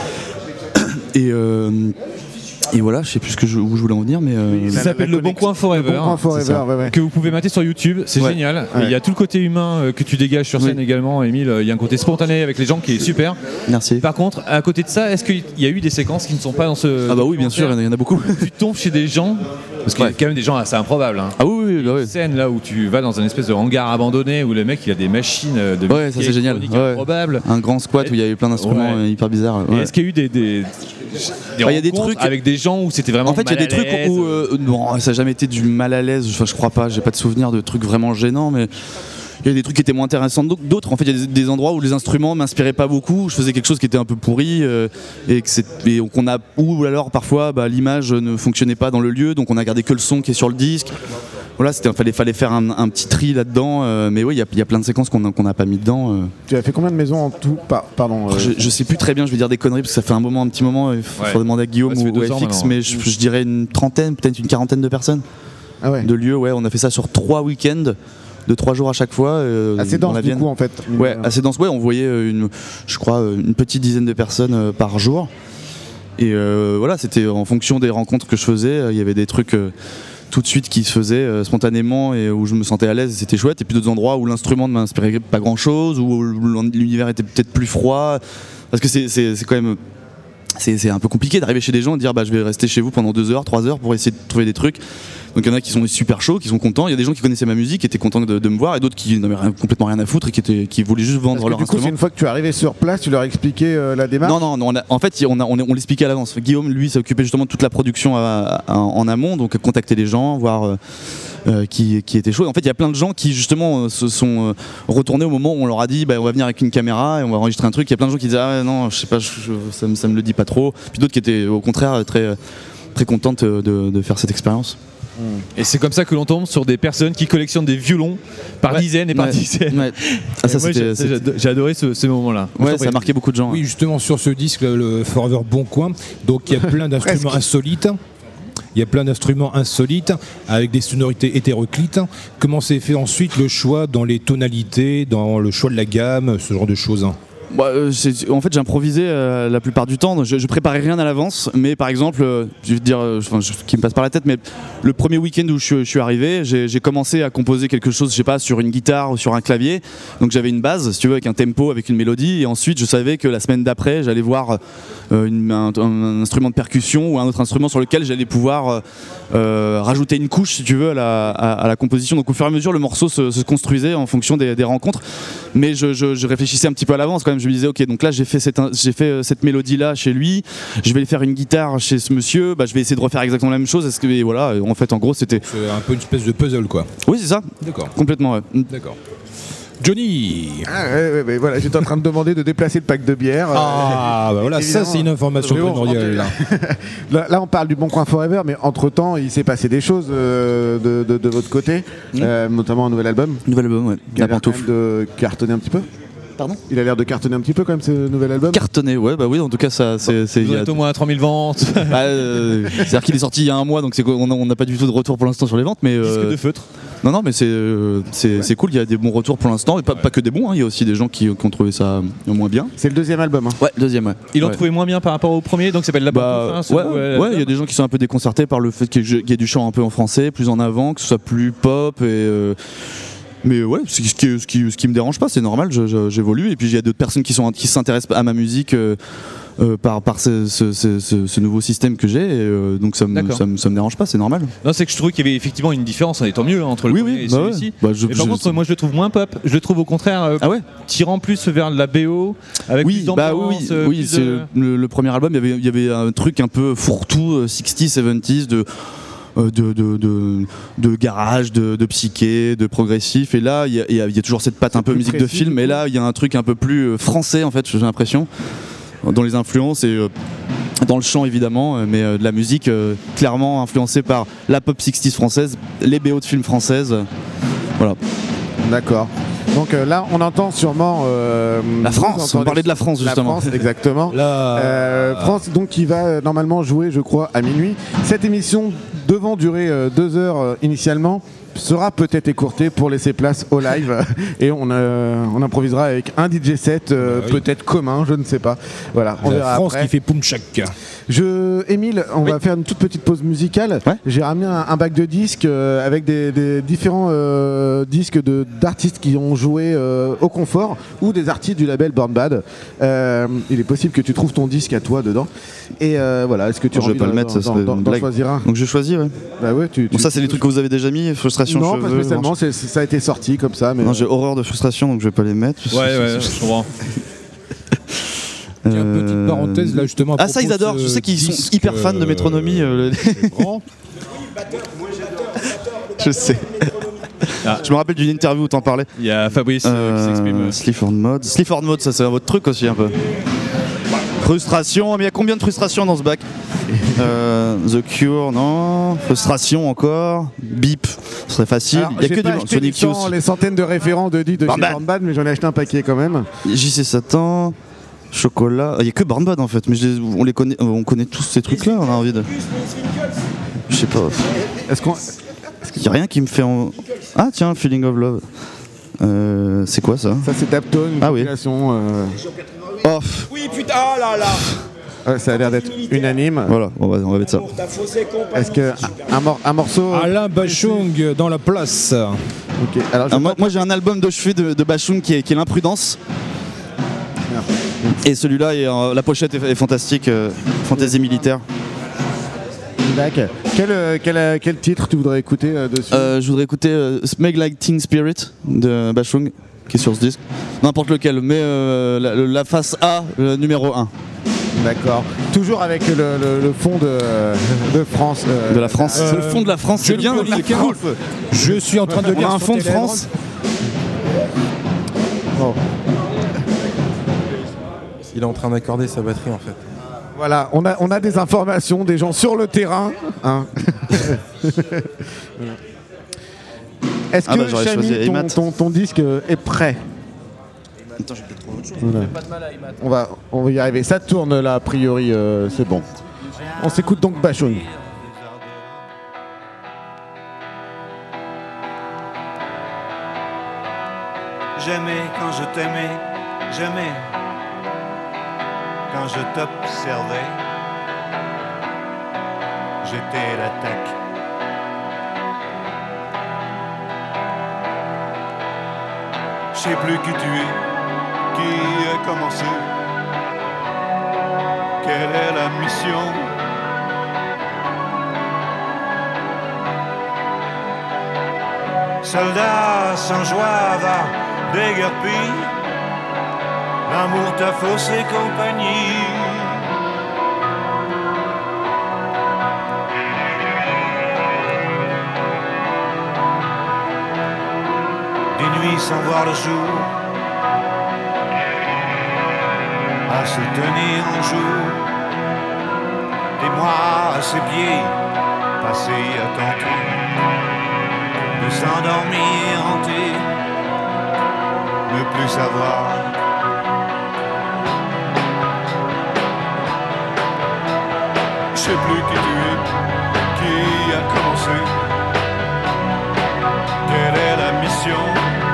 Et voilà, je sais plus où je voulais en venir, mais ça s'appelle Le Bon Coin Forever, que vous pouvez mater sur YouTube, c'est génial. Ouais. Il y a tout le côté humain que tu dégages sur scène également, Émile. Il y a un côté spontané avec les gens qui est super. Merci. Par contre, à côté de ça, est-ce qu'il y a eu des séquences qui ne sont pas dans ce... Ah bah oui, bien sûr, il y en a beaucoup. Tu tombes chez des gens, parce qu'il y a quand même des gens assez improbables. Hein. Ah oui. Une scène là où tu vas dans un espèce de hangar abandonné où le mec il a des machines de ça c'est génial. Improbables. Un grand squat où il y a eu plein d'instruments hyper bizarres. Et est-ce qu'il y a eu des Enfin, il y a des rencontres trucs- avec des gens où c'était vraiment En fait, il y a mal des à trucs l'aise. où non, ça n'a jamais été du mal à l'aise. Enfin, je crois pas. J'ai pas de souvenir de trucs vraiment gênants, mais il y a des trucs qui étaient moins intéressants que d'autres. En fait, il y a des endroits où les instruments m'inspiraient pas beaucoup. Je faisais quelque chose qui était un peu pourri ou alors parfois l'image ne fonctionnait pas dans le lieu, donc on a gardé que le son qui est sur le disque. Voilà, fallait faire un petit tri là-dedans. Mais oui, il y a plein de séquences qu'on n'a pas mis dedans. Tu as fait combien de maisons en tout? Pardon. Je sais plus très bien, je vais dire des conneries parce que ça fait un petit moment, il faut demander à Guillaume Ouais, ça fait ou 2 à ans FX, maintenant, mais je dirais une trentaine, peut-être une quarantaine de personnes, Ah ouais. de lieux. Ouais, on a fait ça sur 3 week-ends, de 3 jours à chaque fois. Assez dans dense la du Vienne. coup en fait. Ouais, assez dense. Ouais, on voyait je crois une petite dizaine de personnes par jour. Et voilà, c'était en fonction des rencontres que je faisais. Il y avait des trucs tout de suite qui se faisaient spontanément et où je me sentais à l'aise, c'était chouette. Et puis d'autres endroits où l'instrument ne m'inspirait pas grand-chose, où l'univers était peut-être plus froid. Parce que c'est quand même... C'est un peu compliqué d'arriver chez des gens et de dire je vais rester chez vous pendant 2 heures, 3 heures pour essayer de trouver des trucs. Donc il y en a qui sont super chauds, qui sont contents. Il y a des gens qui connaissaient ma musique, qui étaient contents de me voir, et d'autres qui n'avaient complètement rien à foutre et qui voulaient juste vendre Parce que leur du coup, instrument. c'est une fois que tu es arrivé sur place, tu leur expliquais la démarche. Non, en fait, on l'expliquait à l'avance. Guillaume, lui, s'est occupé justement de toute la production en amont, donc contacter les gens, voir qui était chaud. En fait, il y a plein de gens qui justement se sont retournés au moment où on leur a dit on va venir avec une caméra et on va enregistrer un truc. Il y a plein de gens qui disaient non, je sais pas, ça me le dit pas trop. Puis d'autres qui étaient au contraire très très contentes de faire cette expérience. Et c'est comme ça que l'on tombe sur des personnes qui collectionnent des violons par dizaines et par dizaines. Ouais. Ah, ça, Moi, j'ai adoré ce moment-là. Ouais, ça a marqué beaucoup de gens. Oui, justement, sur ce disque, le Forever Bon Coin, donc il y a plein d'instruments insolites. Il y a plein d'instruments insolites avec des sonorités hétéroclites. Comment s'est fait ensuite le choix dans les tonalités, dans le choix de la gamme, ce genre de choses? En fait, j'improvisais la plupart du temps. Je préparais rien à l'avance, mais par exemple, je vais te dire, ce qui me passe par la tête, mais le premier week-end où je suis arrivé, j'ai commencé à composer quelque chose, je sais pas, sur une guitare ou sur un clavier. Donc j'avais une base, si tu veux, avec un tempo, avec une mélodie, et ensuite je savais que la semaine d'après, j'allais voir un instrument de percussion ou un autre instrument sur lequel j'allais pouvoir rajouter une couche, si tu veux, à la composition. Donc au fur et à mesure, le morceau se construisait en fonction des rencontres, mais je réfléchissais un petit peu à l'avance quand même. Je me disais, ok, donc là j'ai fait cette mélodie là chez lui, je vais faire une guitare chez ce monsieur, je vais essayer de refaire exactement la même chose. Et voilà, en fait, en gros, c'était un peu une espèce de puzzle, quoi. Oui, c'est ça. D'accord. Complètement, ouais. D'accord. Johnny. Ouais, voilà, j'étais en train de demander de déplacer le pack de bière. Voilà, ça c'est une information primordiale. Là, on parle du Bon Coin Forever, mais entre-temps, il s'est passé des choses de votre côté, notamment un nouvel album. Nouvel album, ouais. Qui a l'air quand même de cartonner un petit peu. Pardon ? Il a l'air de cartonner un petit peu quand même ce nouvel album. Cartonné, ouais, oui, en tout cas, ça, c'est. Vous êtes au moins à 3000 ventes. C'est-à-dire qu'il est sorti il y a un mois, donc on n'a pas du tout de retour pour l'instant sur les ventes, mais. Disque de feutre. Non, mais c'est cool, il y a des bons retours pour l'instant, et pas que des bons, il y a aussi des gens qui ont trouvé ça moins bien. C'est le deuxième album. Ouais, deuxième, ouais. Ils l'ont trouvé moins bien par rapport au premier, donc ça s'appelle La Pantoufle. Ouais, il y a des gens qui sont un peu déconcertés par le fait qu'il y ait du chant un peu en français, plus en avant, que ce soit plus pop et. Mais ouais, ce qui me dérange pas, c'est normal, j'évolue. Et puis il y a d'autres personnes qui s'intéressent à ma musique par ce nouveau système que j'ai. Donc ça me dérange pas, c'est normal. Non, c'est que je trouvais qu'il y avait effectivement une différence, et tant mieux, entre le premier et celui-ci. Ouais. Par contre, moi je le trouve moins pop. Je le trouve au contraire tirant plus vers la BO, avec plus d'ambiance. Oui, c'est le premier album, il y avait un truc un peu fourre-tout, 60s, 70s de garage, de psyché, de progressif, et là il y a toujours cette patte un peu musique de film, et là il y a un truc un peu plus français en fait, j'ai l'impression, dans les influences et dans le chant évidemment, mais de la musique clairement influencée par la pop 60s française, les BO de films françaises, voilà. D'accord. Donc là, on entend sûrement la France. On parlait de la France justement. La France, exactement. France, donc qui va normalement jouer, je crois, à minuit. Cette émission devant durer 2 heures initialement sera peut-être écourtée pour laisser place au live et on improvisera avec un DJ set peut-être commun, je ne sais pas. Voilà, on verra France après. qui fait Poumchak. Émile, on va faire une toute petite pause musicale. Ouais. J'ai ramené un bac de disques avec des différents disques d'artistes qui ont joué au confort ou des artistes du label Born Bad. Il est possible que tu trouves ton disque à toi dedans. Et voilà, est-ce que tu as envie vais pas le mettre, ça serait une blague. choisir un? Donc je choisis, ouais. Bah ouais, Bon, ça c'est les trucs que vous avez déjà mis, frustration, non, cheveux. pas spécialement, ça a été sorti comme ça. Mais non, j'ai horreur de frustration, donc je vais pas les mettre. Ouais, je comprends. Tiens, petite parenthèse là justement. Ah ça ils adorent, je sais qu'ils sont hyper fans de métronomie. Je sais. Je me rappelle d'une interview où t'en parlais. Il y a Fabrice qui s'exprime. Sleaford Mode. Sleaford Mode, ça c'est votre truc aussi un peu. Frustration, mais il y a combien de frustrations dans ce bac The Cure, non. Frustration encore. Beep, ce serait facile. Alors, Il y a j'ai que pas du acheté Sonic Youth. les centaines de référents de chez Born Bad, mais j'en ai acheté un paquet quand même. JC Satan, Chocolat. Il y a que Born Bad en fait, mais on connaît tous ces trucs-là. On a envie de. Je sais pas. Est-ce qu'on. Il y a rien qui me fait en. Ah tiens, Feeling of Love. C'est quoi ça? Ça c'est Daptone, une compilation. Oh. Oui putain, ah là là. Ça a l'air d'être unanime. Voilà, on va mettre ça. Est-ce que un morceau. Alain Bachung dans la place. Ok. Alors, moi j'ai un album de chevet de Bachung qui est l'imprudence. Et celui-là, la pochette est fantastique, fantaisie militaire. D'accord. Quel titre tu voudrais écouter dessus? Je voudrais écouter Smell Like Teen Spirit de Bachung, qui est sur ce disque. N'importe lequel, mais la face A, le numéro 1. D'accord. Toujours avec le fond de France. De la France. C'est le fond de la France, c'est bien. C'est cool. Je suis en train de lire un fond de France. Bon. Il est en train d'accorder sa batterie en fait. Voilà, on a des informations, des gens sur le terrain. Hein. Est-ce que Chani, ton disque est prêt? Attends, j'ai peut-être trop autre chose. Voilà. Pas de mal à y mettre. On va y arriver. Ça tourne là, a priori, c'est bon. On s'écoute donc Bachung. J'aimais quand je t'aimais, j'aimais quand je t'observais. J'étais l'attaque. Je sais plus qui tu es, qui a commencé. Quelle est la mission? Soldat sans joie va déguerpi, l'amour t'a faussé compagnie. Des nuits sans voir le jour, à se tenir en jour. Des mois à ses pieds, passés à tenter de s'endormir hanté, ne plus savoir. Je sais plus qui tu es, qui a commencé, quelle est la mission.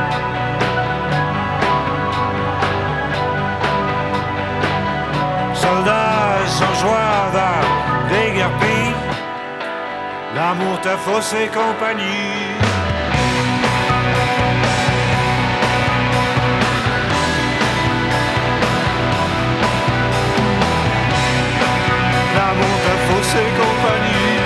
Soldat sans joie va déguerpi, l'amour t'a faussé compagnie. L'amour t'a faussé compagnie.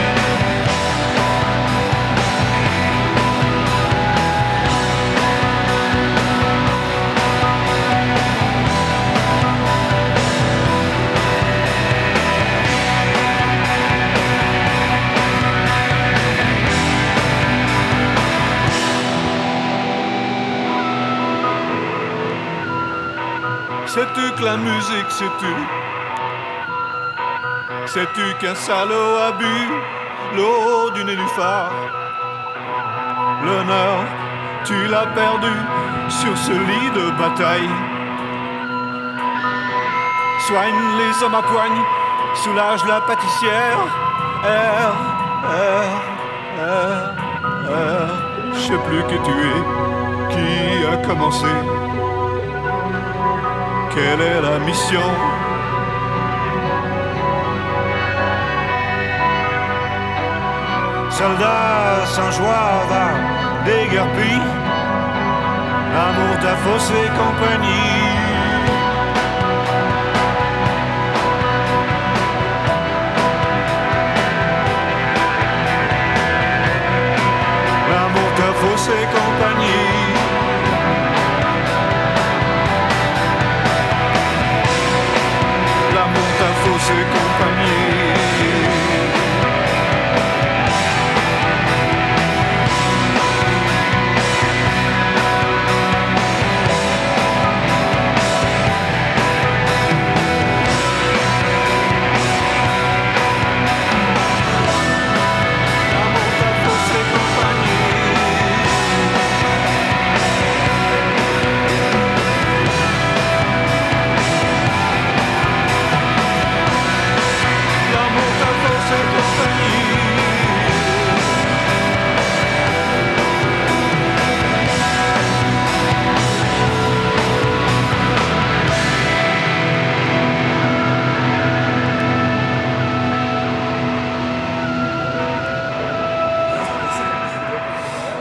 Sais-tu que la musique, sais-tu? Sais-tu qu'un salaud a bu l'eau du nénuphar? L'honneur, tu l'as perdu sur ce lit de bataille. Soigne les hommes à poigne, soulage la pâtissière. Je sais plus qui tu es, qui a commencé. Quelle est la mission? Soldat sans joie va déguerpi, l'amour t'a faussé compagnie. L'amour t'a faussé compagnie.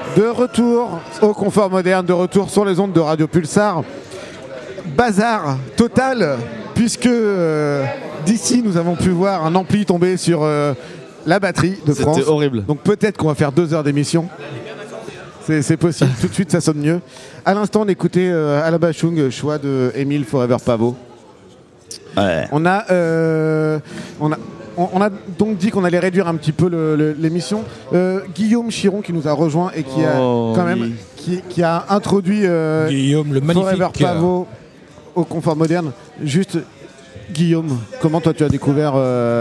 De retour au confort moderne, de retour sur les ondes de Radio Pulsar. Bazar total, puisque d'ici nous avons pu voir un ampli tomber sur la batterie de France. C'était horrible. Donc peut-être qu'on va faire 2 heures d'émission. C'est possible, tout de suite ça sonne mieux. À l'instant on écoutait Alabachung, choix de Émile Forever Pavot. Ouais. On a donc dit qu'on allait réduire un petit peu l'émission. Guillaume Chiron qui nous a rejoint et qui a quand même qui a introduit Guillaume, le magnifique Forever Pavot au confort moderne. Juste Guillaume, comment toi tu as découvert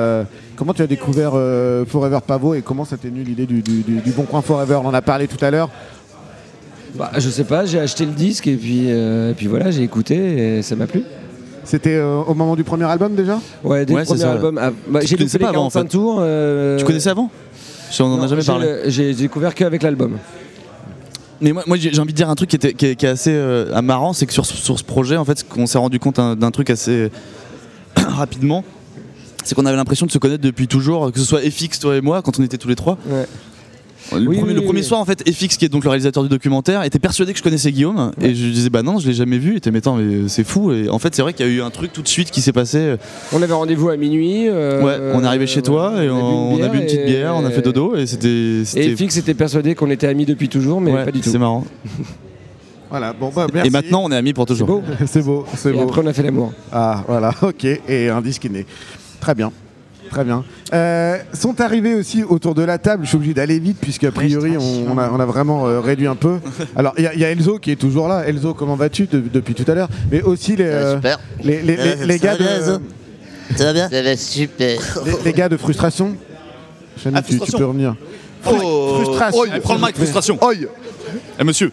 Forever Pavot et comment ça t'est venu l'idée du Bon Coin Forever? On en a parlé tout à l'heure. Bah, je sais pas, j'ai acheté le disque et puis voilà, j'ai écouté et ça m'a plu. C'était au moment du premier album déjà? Ouais, dès le premier album. J'ai loupé les 45 tours. Tu connaissais avant? On en a jamais parlé. J'ai découvert qu'avec l'album. Mais moi j'ai envie de dire un truc qui est assez marrant, c'est que sur ce projet, en fait, qu'on s'est rendu compte d'un truc assez rapidement, c'est qu'on avait l'impression de se connaître depuis toujours, que ce soit FX, toi et moi, quand on était tous les trois. Ouais. Le premier soir, en fait, FX, qui est donc le réalisateur du documentaire, était persuadé que je connaissais Guillaume, et je lui disais bah non, je l'ai jamais vu. Il était mais c'est fou. Et en fait, c'est vrai qu'il y a eu un truc tout de suite qui s'est passé. On avait rendez-vous à minuit. Ouais, on est arrivé chez toi et on a bu une petite bière, on a fait dodo et c'était. Et FX était persuadé qu'on était amis depuis toujours, mais pas du tout. C'est marrant. Voilà, bon bah merci. Et maintenant, on est amis pour toujours. C'est beau. C'est beau. Après, on a fait l'amour. Ah voilà, ok. Et un disque est né. Très bien. Très bien. Sont arrivés aussi autour de la table, je suis obligé d'aller vite puisque a priori on a vraiment réduit un peu. Alors il y a Elzo qui est toujours là. Elzo, comment vas-tu depuis tout à l'heure? Mais aussi les gars de... Ça va bien? Ça va super. Les gars de Frustration. Chani, tu peux revenir. Frustration. Prends le mic, Frustration. Monsieur.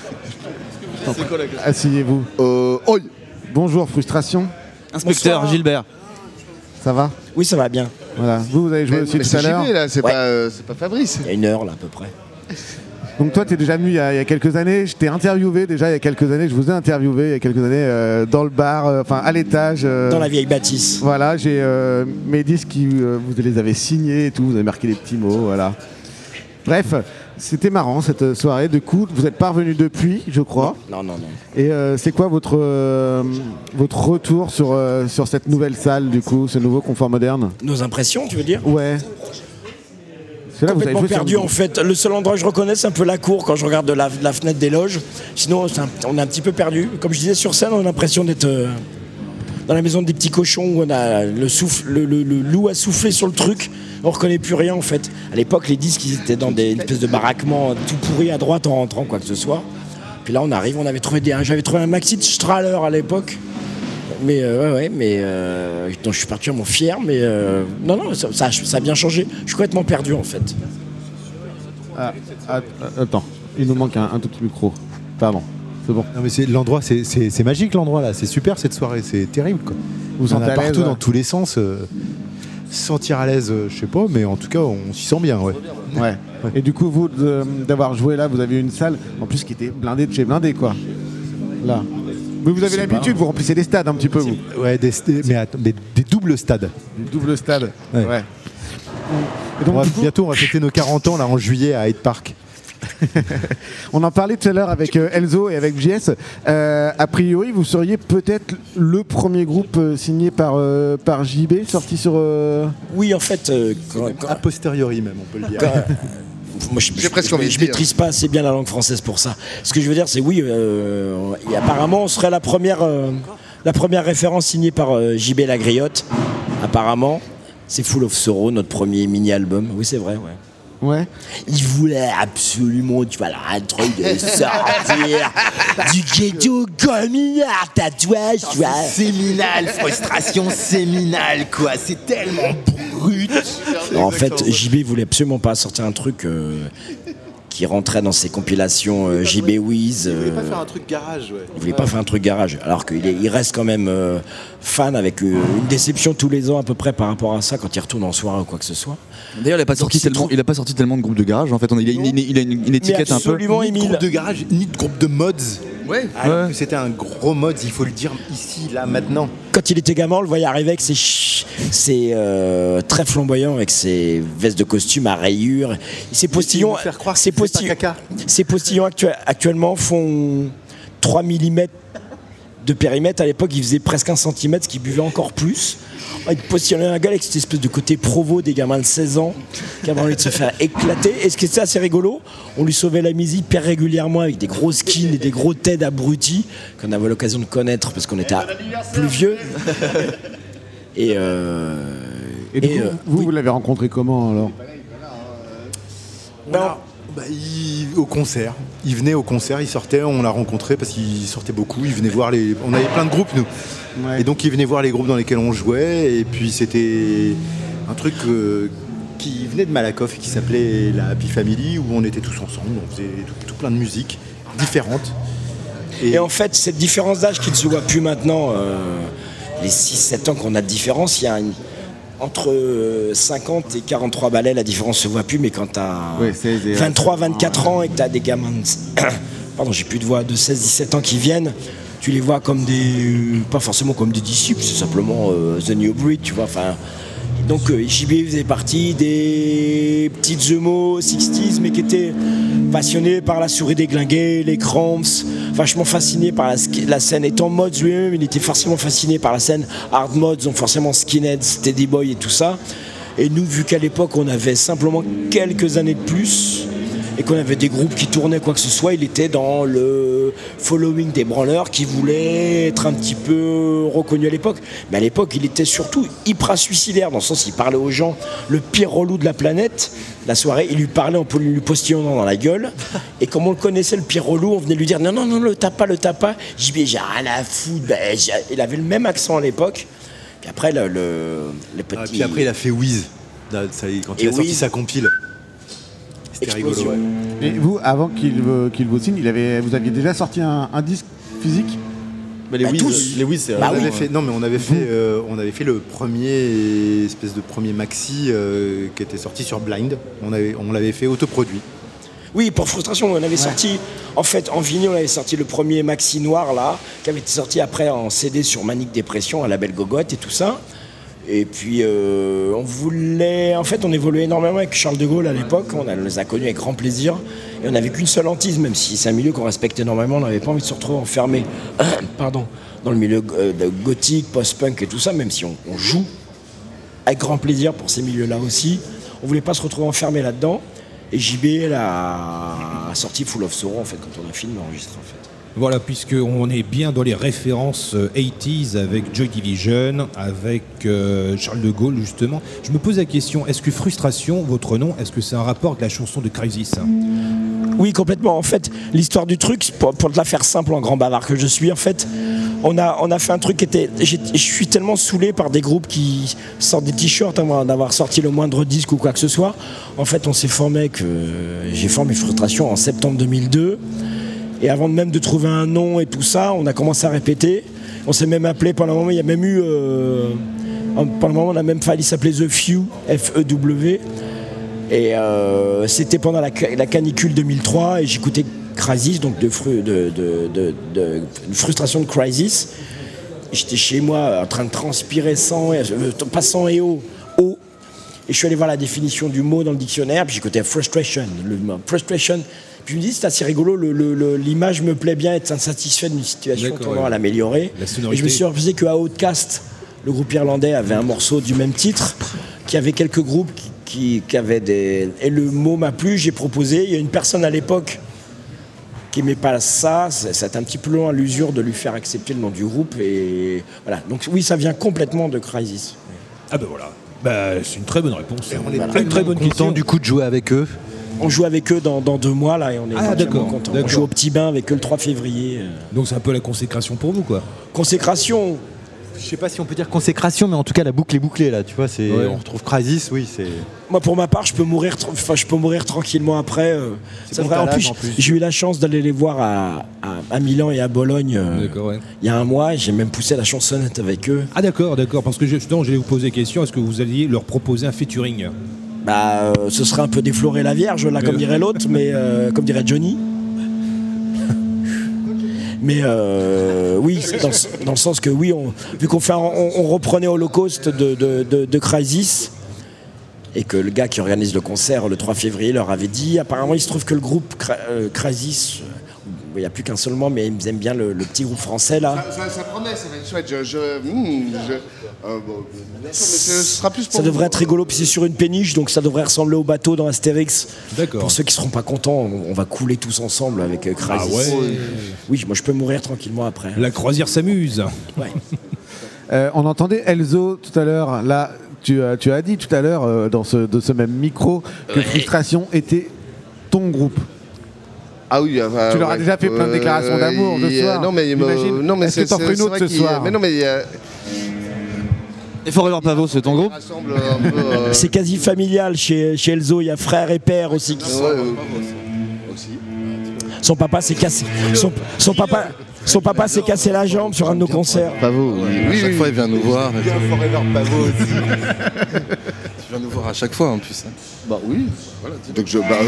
Asseyez-vous. Bonjour Frustration. Inspecteur Gilbert. Ça va? Oui, ça va bien. Voilà. Vous avez joué aussi tout à l'heure. C'est pas Fabrice. Il y a 1 heure là à peu près. Donc toi, tu es déjà venu il y a quelques années. Je t'ai interviewé déjà il y a quelques années. Je vous ai interviewé il y a quelques années dans le bar, à l'étage. Dans la vieille bâtisse. Voilà, j'ai mes disques, vous les avez signés et tout. Vous avez marqué les petits mots, voilà. Bref, c'était marrant cette soirée. Du coup, vous n'êtes pas revenu depuis, je crois. Non. Et c'est quoi votre retour sur cette nouvelle salle, du coup, ce nouveau confort moderne? Nos impressions, tu veux dire? Ouais. Là, complètement perdu en fait. Le seul endroit que je reconnais, c'est un peu la cour quand je regarde de la fenêtre des loges. Sinon, on est un petit peu perdu. Comme je disais sur scène, on a l'impression d'être dans la maison des petits cochons où on a le loup a soufflé sur le truc. On reconnaît plus rien en fait. À l'époque, les disques ils étaient dans une espèce de baraquement tout pourri à droite en rentrant, quoi que ce soit. Puis là, on arrive, j'avais trouvé un maxi de Strahler à l'époque. Mais dont je suis particulièrement fier, mais non, ça a bien changé. Je suis complètement perdu en fait. Attends, il nous manque un tout petit micro. Pardon, c'est bon. Non mais l'endroit, c'est magique l'endroit là, c'est super cette soirée, c'est terrible quoi. Vous sentez à l'aise partout dans tous les sens. Se sentir à l'aise, je sais pas, mais en tout cas on s'y sent bien, ouais. Ouais. Et du coup, vous d'avoir joué là, vous avez une salle en plus qui était blindée de chez blindé quoi. Là. Mais vous avez l'habitude, vous remplissez des stades un petit peu, vous. Ouais, mais des doubles stades. Des doubles stades, ouais. Et donc, bientôt, on va fêter nos 40 ans là, en juillet à Hyde Park. On en parlait tout à l'heure avec Elzo et avec JS. A priori, vous seriez peut-être le premier groupe signé par JB, sorti sur... Oui, en fait... A posteriori même, on peut le dire. Moi, je maîtrise pas assez bien la langue française pour ça. Ce que je veux dire, c'est oui, apparemment, on serait la première référence signée par JB La Griotte. Apparemment, c'est Full of Sorrow, notre premier mini-album. Oui, c'est vrai, ouais. Ouais. Il voulait absolument, tu vois, un truc de sortir du ghetto comme un tatouage, tu vois. Séminal, frustration séminale, quoi. C'est tellement brut. En fait, JB voulait absolument pas sortir un truc qui rentrait dans ses compilations JB Wiz. Il voulait pas faire un truc garage, ouais. Il voulait pas faire un truc garage, alors qu'il reste quand même fan avec une déception tous les ans à peu près par rapport à ça quand il retourne en soirée ou quoi que ce soit. D'ailleurs, il a pas sorti tellement de groupes de garage. En fait, il a une étiquette un peu. Absolument, Ni de groupe de garage, ni de groupe de mods. Ouais. Alors que c'était un gros mod, il faut le dire ici, là, maintenant. quand il était gamin, on le voyait arriver avec ses très flamboyants, avec ses vestes de costume à rayures. Ses postillons, actuellement font 3 mm de périmètre. À l'époque, il faisait presque 1 cm, ce qui buvait encore plus. Il postillonnait un gars avec cette espèce de côté provo des gamins de 16 ans qui avaient envie de se faire éclater. Et ce qui était assez rigolo, on lui sauvait la mise hyper régulièrement avec des gros skins et des gros TED abrutis qu'on avait l'occasion de connaître parce qu'on était plus vieux. Et vous l'avez rencontré comment alors? Au concert. Il venait au concert, il sortait, on l'a rencontré parce qu'il sortait beaucoup. Il venait voir on avait plein de groupes nous. Ouais. Et donc il venait voir les groupes dans lesquels on jouait. Et puis c'était un truc qui venait de Malakoff et qui s'appelait la Happy Family, où on était tous ensemble, on faisait tout plein de musiques différentes. Et en fait, cette différence d'âge qui ne se voit plus maintenant, les 6-7 ans qu'on a de différence, il y a entre 50 et 43 balais, la différence se voit plus, mais quand t'as 23-24 ans et que t'as des gamins pardon, j'ai plus de voix, de 16-17 ans qui viennent, tu les vois comme pas forcément comme des disciples, c'est simplement The New Breed, tu vois, enfin. Donc JB faisait partie des petites emo 60s, mais qui étaient passionnés par la souris déglinguée, les Cramps, vachement fascinés par la scène. Étant Mods lui-même, il était forcément fasciné par la scène hard mods, donc forcément Skinheads, Teddy Boy et tout ça. Et nous, vu qu'à l'époque on avait simplement quelques années de plus et qu'on avait des groupes qui tournaient quoi que ce soit, il était dans le following des branleurs qui voulaient être un petit peu reconnus à l'époque. Mais à l'époque, il était surtout hyper suicidaire, dans le sens il parlait aux gens, le pire relou de la planète. La soirée, il lui parlait en lui postillonnant dans la gueule. Et comme on le connaissait, le pire relou, on venait lui dire non, le tape pas. J'ai rien à foutre. Il avait le même accent à l'époque. Puis après, le petit... puis après, il a fait Wiz, quand il a sorti sa compile. C'était rigolo, ouais. Et vous, avant qu'il vous signe, vous aviez déjà sorti un disque physique? Les Wiz, c'est... on avait fait le premier espèce de premier maxi qui était sorti sur Blind. On l'avait fait autoproduit. Oui, pour Frustration, on avait sorti, en fait, en vinyle, on avait sorti le premier maxi noir, là, qui avait été sorti après en CD sur Manic Dépression, à la belle Gogotte et tout ça. Et puis, on évoluait énormément avec Charles de Gaulle à l'époque, on les a connus avec grand plaisir. Et on n'avait qu'une seule hantise, même si c'est un milieu qu'on respecte énormément, on n'avait pas envie de se retrouver enfermé dans le milieu gothique, post-punk et tout ça, même si on joue avec grand plaisir pour ces milieux-là aussi. On voulait pas se retrouver enfermé là-dedans. Et JB a sorti Full of Sorrow, en fait, quand on a fini l'enregistrement, en fait. Voilà, puisqu'on est bien dans les références 80s avec Joy Division, avec Charles de Gaulle, justement. Je me pose la question, est-ce que Frustration, votre nom, est-ce que c'est un rapport avec la chanson de Crisis ? Oui, complètement. En fait, l'histoire du truc, pour te la faire simple en grand bavard que je suis, en fait, on a fait un truc qui était... Je suis tellement saoulé par des groupes qui sortent des t-shirts avant d'avoir sorti le moindre disque ou quoi que ce soit. En fait, j'ai formé Frustration en septembre 2002. Et avant même de trouver un nom et tout ça, on a commencé à répéter. On s'est même appelé, pendant un moment, il y a même eu... pendant un moment, on a même failli s'appeler The Few, F-E-W. Et c'était pendant la canicule 2003, et j'écoutais Crisis, donc de Frustration de Crisis. J'étais chez moi en train de transpirer pas sang et eau. Et je suis allé voir la définition du mot dans le dictionnaire, puis j'écoutais Frustration, le mot Frustration. Puis je me dis, c'est assez rigolo, l'image me plaît bien, être insatisfait d'une situation tendant à l'améliorer. Et je me suis rappelé qu'à Outcast, le groupe irlandais avait un morceau du même titre, qu'il y avait quelques groupes qui avaient des... Et le mot m'a plu, j'ai proposé. Il y a une personne à l'époque qui n'aimait pas ça, c'était un petit peu long à l'usure de lui faire accepter le nom du groupe. Et voilà. Donc oui, ça vient complètement de Crisis. Ah ben voilà, c'est une très bonne réponse. Et on est très content du coup de jouer avec eux. On joue avec eux dans 2 mois là et on est vraiment contents. On joue au Petit Bain avec eux le 3 février. Donc c'est un peu la consécration pour vous, quoi. Consécration. Je sais pas si on peut dire consécration, mais en tout cas la boucle est bouclée là, tu vois. On retrouve Crisis, oui. Moi pour ma part, je peux mourir tranquillement après. C'est vrai. En plus, j'ai eu la chance d'aller les voir à Milan et à Bologne il y a un mois. J'ai même poussé la chansonnette avec eux. Ah d'accord, parce que justement, j'allais vous poser la question, est-ce que vous alliez leur proposer un featuring ? Ce serait un peu déflorer la Vierge, là, comme dirait l'autre, mais comme dirait Johnny. Mais oui, dans le sens que oui, vu qu'on reprenait Holocaust de Crisis, et que le gars qui organise le concert le 3 février leur avait dit, apparemment il se trouve que le groupe Crisis, il n'y a plus qu'un seul membre, mais ils aiment bien le petit groupe français là. Ça promet, ça va être chouette. Bon, mais ce sera plus pour ça devrait être rigolo, puis c'est sur une péniche, donc ça devrait ressembler au bateau dans Astérix. D'accord. Pour ceux qui seront pas contents, on va couler tous ensemble avec Crisis. Ah ouais. Oui, moi je peux mourir tranquillement après. La croisière s'amuse. Ouais. On entendait Elzo tout à l'heure. Là, tu as dit tout à l'heure de ce même micro que Frustration était ton groupe. Ah oui, tu leur as déjà fait plein de déclarations d'amour ce soir. Non mais est-ce que t'en ferais une autre ce soir? Mais non mais Et Forever Pavot, c'est ton groupe? C'est quasi familial chez Elzo. Il y a frère et père aussi qui sont. Son papa s'est cassé. Son papa s'est cassé la jambe sur un de nos concerts. Pavot, à chaque fois il vient nous voir. Bien Forever Pavot aussi. Tu viens nous voir à chaque fois en plus. Bah oui. Voilà. Donc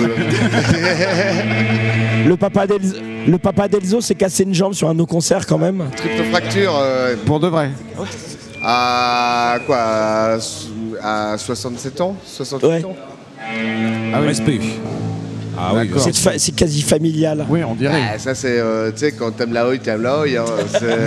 Le papa d'Elzo s'est cassé une jambe sur un de nos concerts quand même. Triple fracture. Pour de vrai. À quoi? À 67 ans 68 ans. Ah oui. Respect. Ah oui, c'est quasi familial. Oui, on dirait. Ah, ça c'est, tu sais, quand t'aimes la Hoy, t'aimes la Hoy. Hein,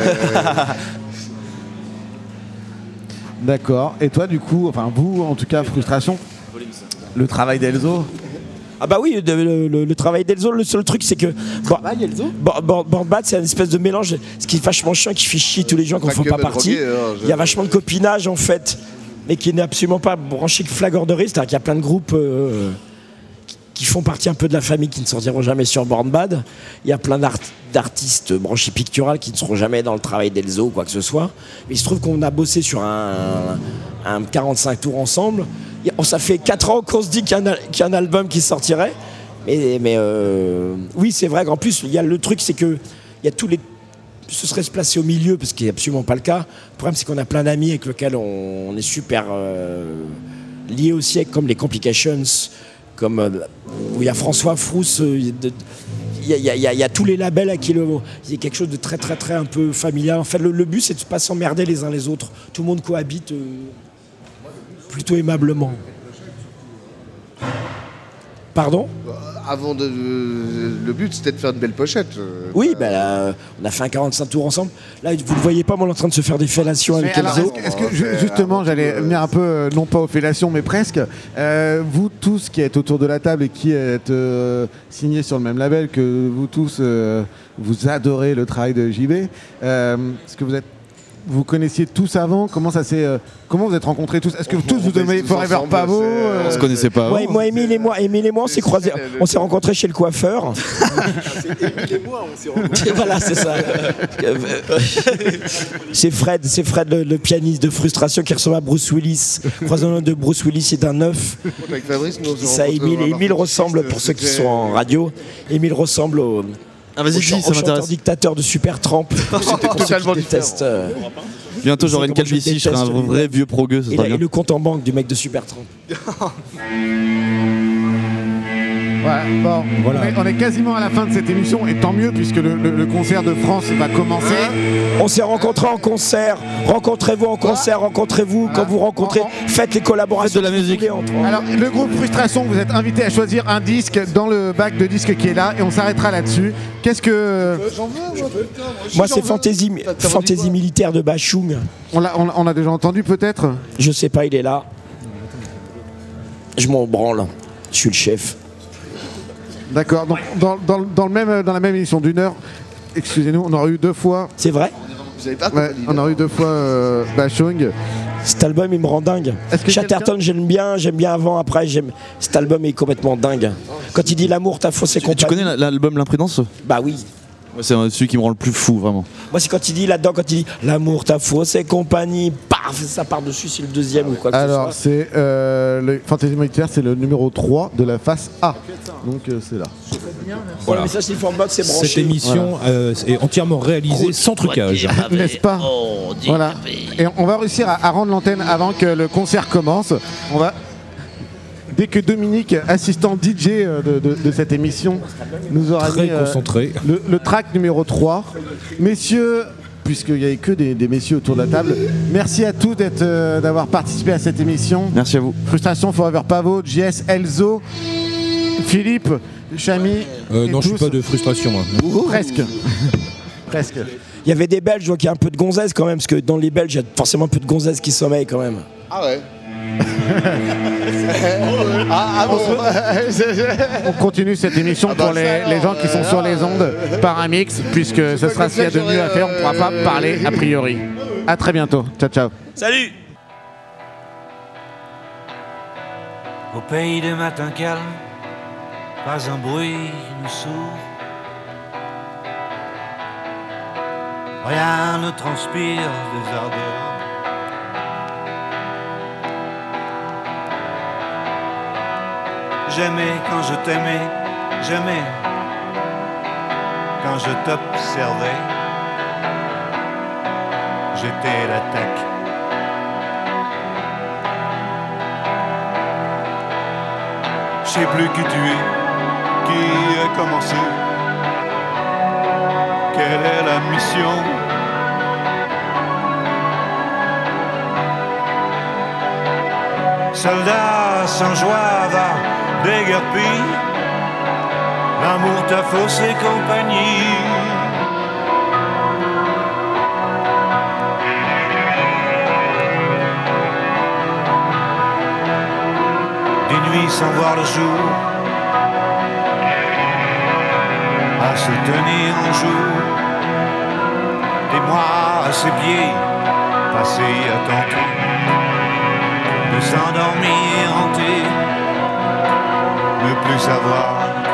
D'accord. Et toi, du coup, enfin vous, en tout cas, Frustration, le travail d'Elzo. Ah bah oui, le travail d'Elzo, le seul truc c'est que Born Bad, c'est une espèce de mélange, ce qui est vachement chiant, qui fait chier tous les gens qui ne font pas partie. Il y a vachement de copinage en fait, mais qui n'est absolument pas branché que Flag Order, c'est-à-dire qu'il y a plein de groupes qui font partie un peu de la famille qui ne sortiront jamais sur Born Bad. Il y a plein d'artistes branchés pictural qui ne seront jamais dans le travail d'Elzo ou quoi que ce soit. Mais il se trouve qu'on a bossé sur un 45 tours ensemble. Ça fait 4 ans qu'on se dit qu'il y a un album qui sortirait. Mais oui, c'est vrai qu'en plus, il y a le truc, c'est que il y a tous les... Ce serait se placer au milieu, parce qu'il n'est absolument pas le cas. Le problème, c'est qu'on a plein d'amis avec lesquels on est super liés aussi, comme les Complications, comme où il y a François Frousse, il y a tous les labels à qui il y a quelque chose de très très très un peu familial. En fait, le but c'est de ne pas s'emmerder les uns les autres. Tout le monde cohabite plutôt aimablement. Pardon ? Le but c'était de faire de belles pochettes. Oui, on a fait un 45 tours ensemble. Là, vous ne voyez pas, mais on est en train de se faire des fellations avec Elzo. Est-ce que justement, j'allais venir un peu, non pas aux fellations, mais presque. Vous tous qui êtes autour de la table et qui êtes signés sur le même label, que vous tous, vous adorez le travail de JB. Est-ce que vous connaissiez tous avant? Comment vous êtes rencontrés tous? Est-ce que tous vous aimez Forever Pavot? On se connaissait pas. Ouais, moi, Émile et moi, on s'est croisés. On s'est rencontrés chez le coiffeur. C'est Émile et moi, on s'est rencontrés. Voilà, c'est ça. C'est Fred, le pianiste de Frustration, qui ressemble à Bruce Willis. Croisement de Bruce Willis et d'un œuf. Avec Fabrice, nous Ça, Émile ressemble, pour ceux qui sont en radio, Émile ressemble au... vas-y, ça m'intéresse. Chanteur dictateur de Supertramp. C'était totalement différent. Bientôt j'aurai une calvitie, je serai un vrai vieux progueux, ça sera bien. Et le compte en banque du mec de Supertramp. Ouais, bon, Voilà. on est quasiment à la fin de cette émission, et tant mieux puisque le concert de France va commencer. On s'est rencontrés en concert. Rencontrez-vous en concert, rencontrez-vous. Quand vous rencontrez, faites les collaborations. Faites de la musique. Alors, le groupe Frustration, vous êtes invité à choisir un disque dans le bac de disques qui est là, et on s'arrêtera là-dessus. Qu'est-ce que... J'en veux, moi, putain. Moi, c'est Fantaisie militaire de Bachung. On a déjà entendu peut-être? Je sais pas, il est là. Je m'en branle. Je suis le chef. D'accord, donc dans la même émission d'une heure, excusez-nous, on aura eu 2 fois... C'est vrai? Vous savez pas on aura eu 2 fois Bachung. Cet album, il me rend dingue. Chatterton, j'aime bien avant, après, j'aime. Cet album est complètement dingue. Quand il dit l'amour, ta fausse et compagnie. Tu connais l'album L'Imprudence? Bah oui. C'est celui qui me rend le plus fou, vraiment. Moi, c'est quand il dit là-dedans, quand il dit l'amour, ta fausse et compagnie, paf, ça part dessus, c'est le deuxième ou quoi que Alors, ce soit. c'est le Fantaisie militaire, c'est le numéro 3 de la face A. Donc, c'est là. Voilà. Mais ça, c'est Formbox, c'est branché. Cette émission est entièrement réalisée sans trucage. N'est-ce pas? Voilà. Et on va réussir à rendre l'antenne avant que le concert commence. On va... dès que Dominique, assistant DJ de cette émission, nous aura Très mis concentré. le track numéro 3. Messieurs, puisqu'il n'y avait que des messieurs autour de la table, merci à tous d'avoir participé à cette émission. Merci à vous. Frustration Forever Pavo, JS, Elzo, Philippe, Chami. Non, je suis pas de frustration, moi. Presque. Presque. Il y avait des Belges, je vois qu'il y a un peu de gonzesse quand même, parce que dans les Belges, il y a forcément un peu de gonzesse qui sommeille quand même. Ah ouais. Bon. On continue cette émission pour les gens qui sont sur les ondes par un mix, puisque ce sera s'il y a de mieux à faire, on ne pourra pas parler a priori. À très bientôt. Ciao, ciao. Salut! Au pays des matins calmes, pas un bruit nous sourd. Rien ne transpire des ardeurs. J'aimais quand je t'aimais, j'aimais quand je t'observais. J'étais l'attaque. Je sais plus qui tu es, qui a commencé. Quelle est la mission? Soldat sans joie va déguerpi, l'amour t'a faussé compagnie. Des nuits sans voir le jour, à se tenir en jour. Des mois à ses pieds, passés à tenter de s'endormir hanté, ne plus savoir.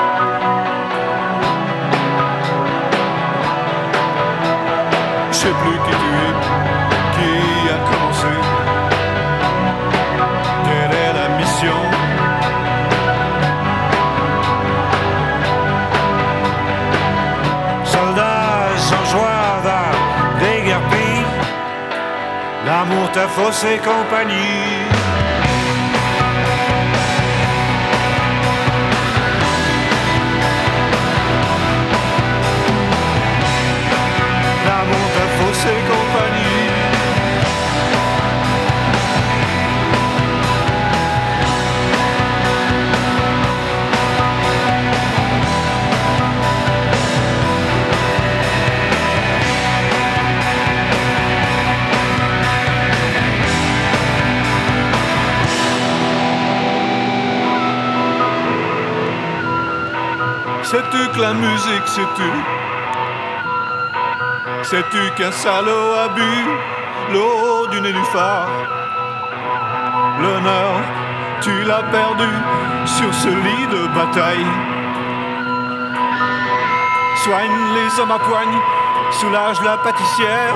Je sais plus qui tu es, qui a commencé. Quelle est la mission? Soldat sans joie va déguerpi, l'amour t'a faussé compagnie. L'amour t'a faussé compagnie. Sais-tu que la musique c'est tu? Sais-tu qu'un salaud a bu l'eau du nénuphar? L'honneur, tu l'as perdu sur ce lit de bataille. Soigne les hommes à poigne, soulage la pâtissière.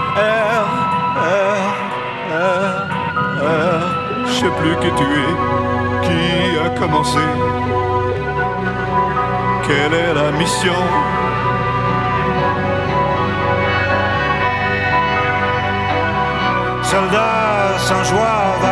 Je sais plus qui tu es, qui a commencé. Quelle est la mission? Soldat sans joie va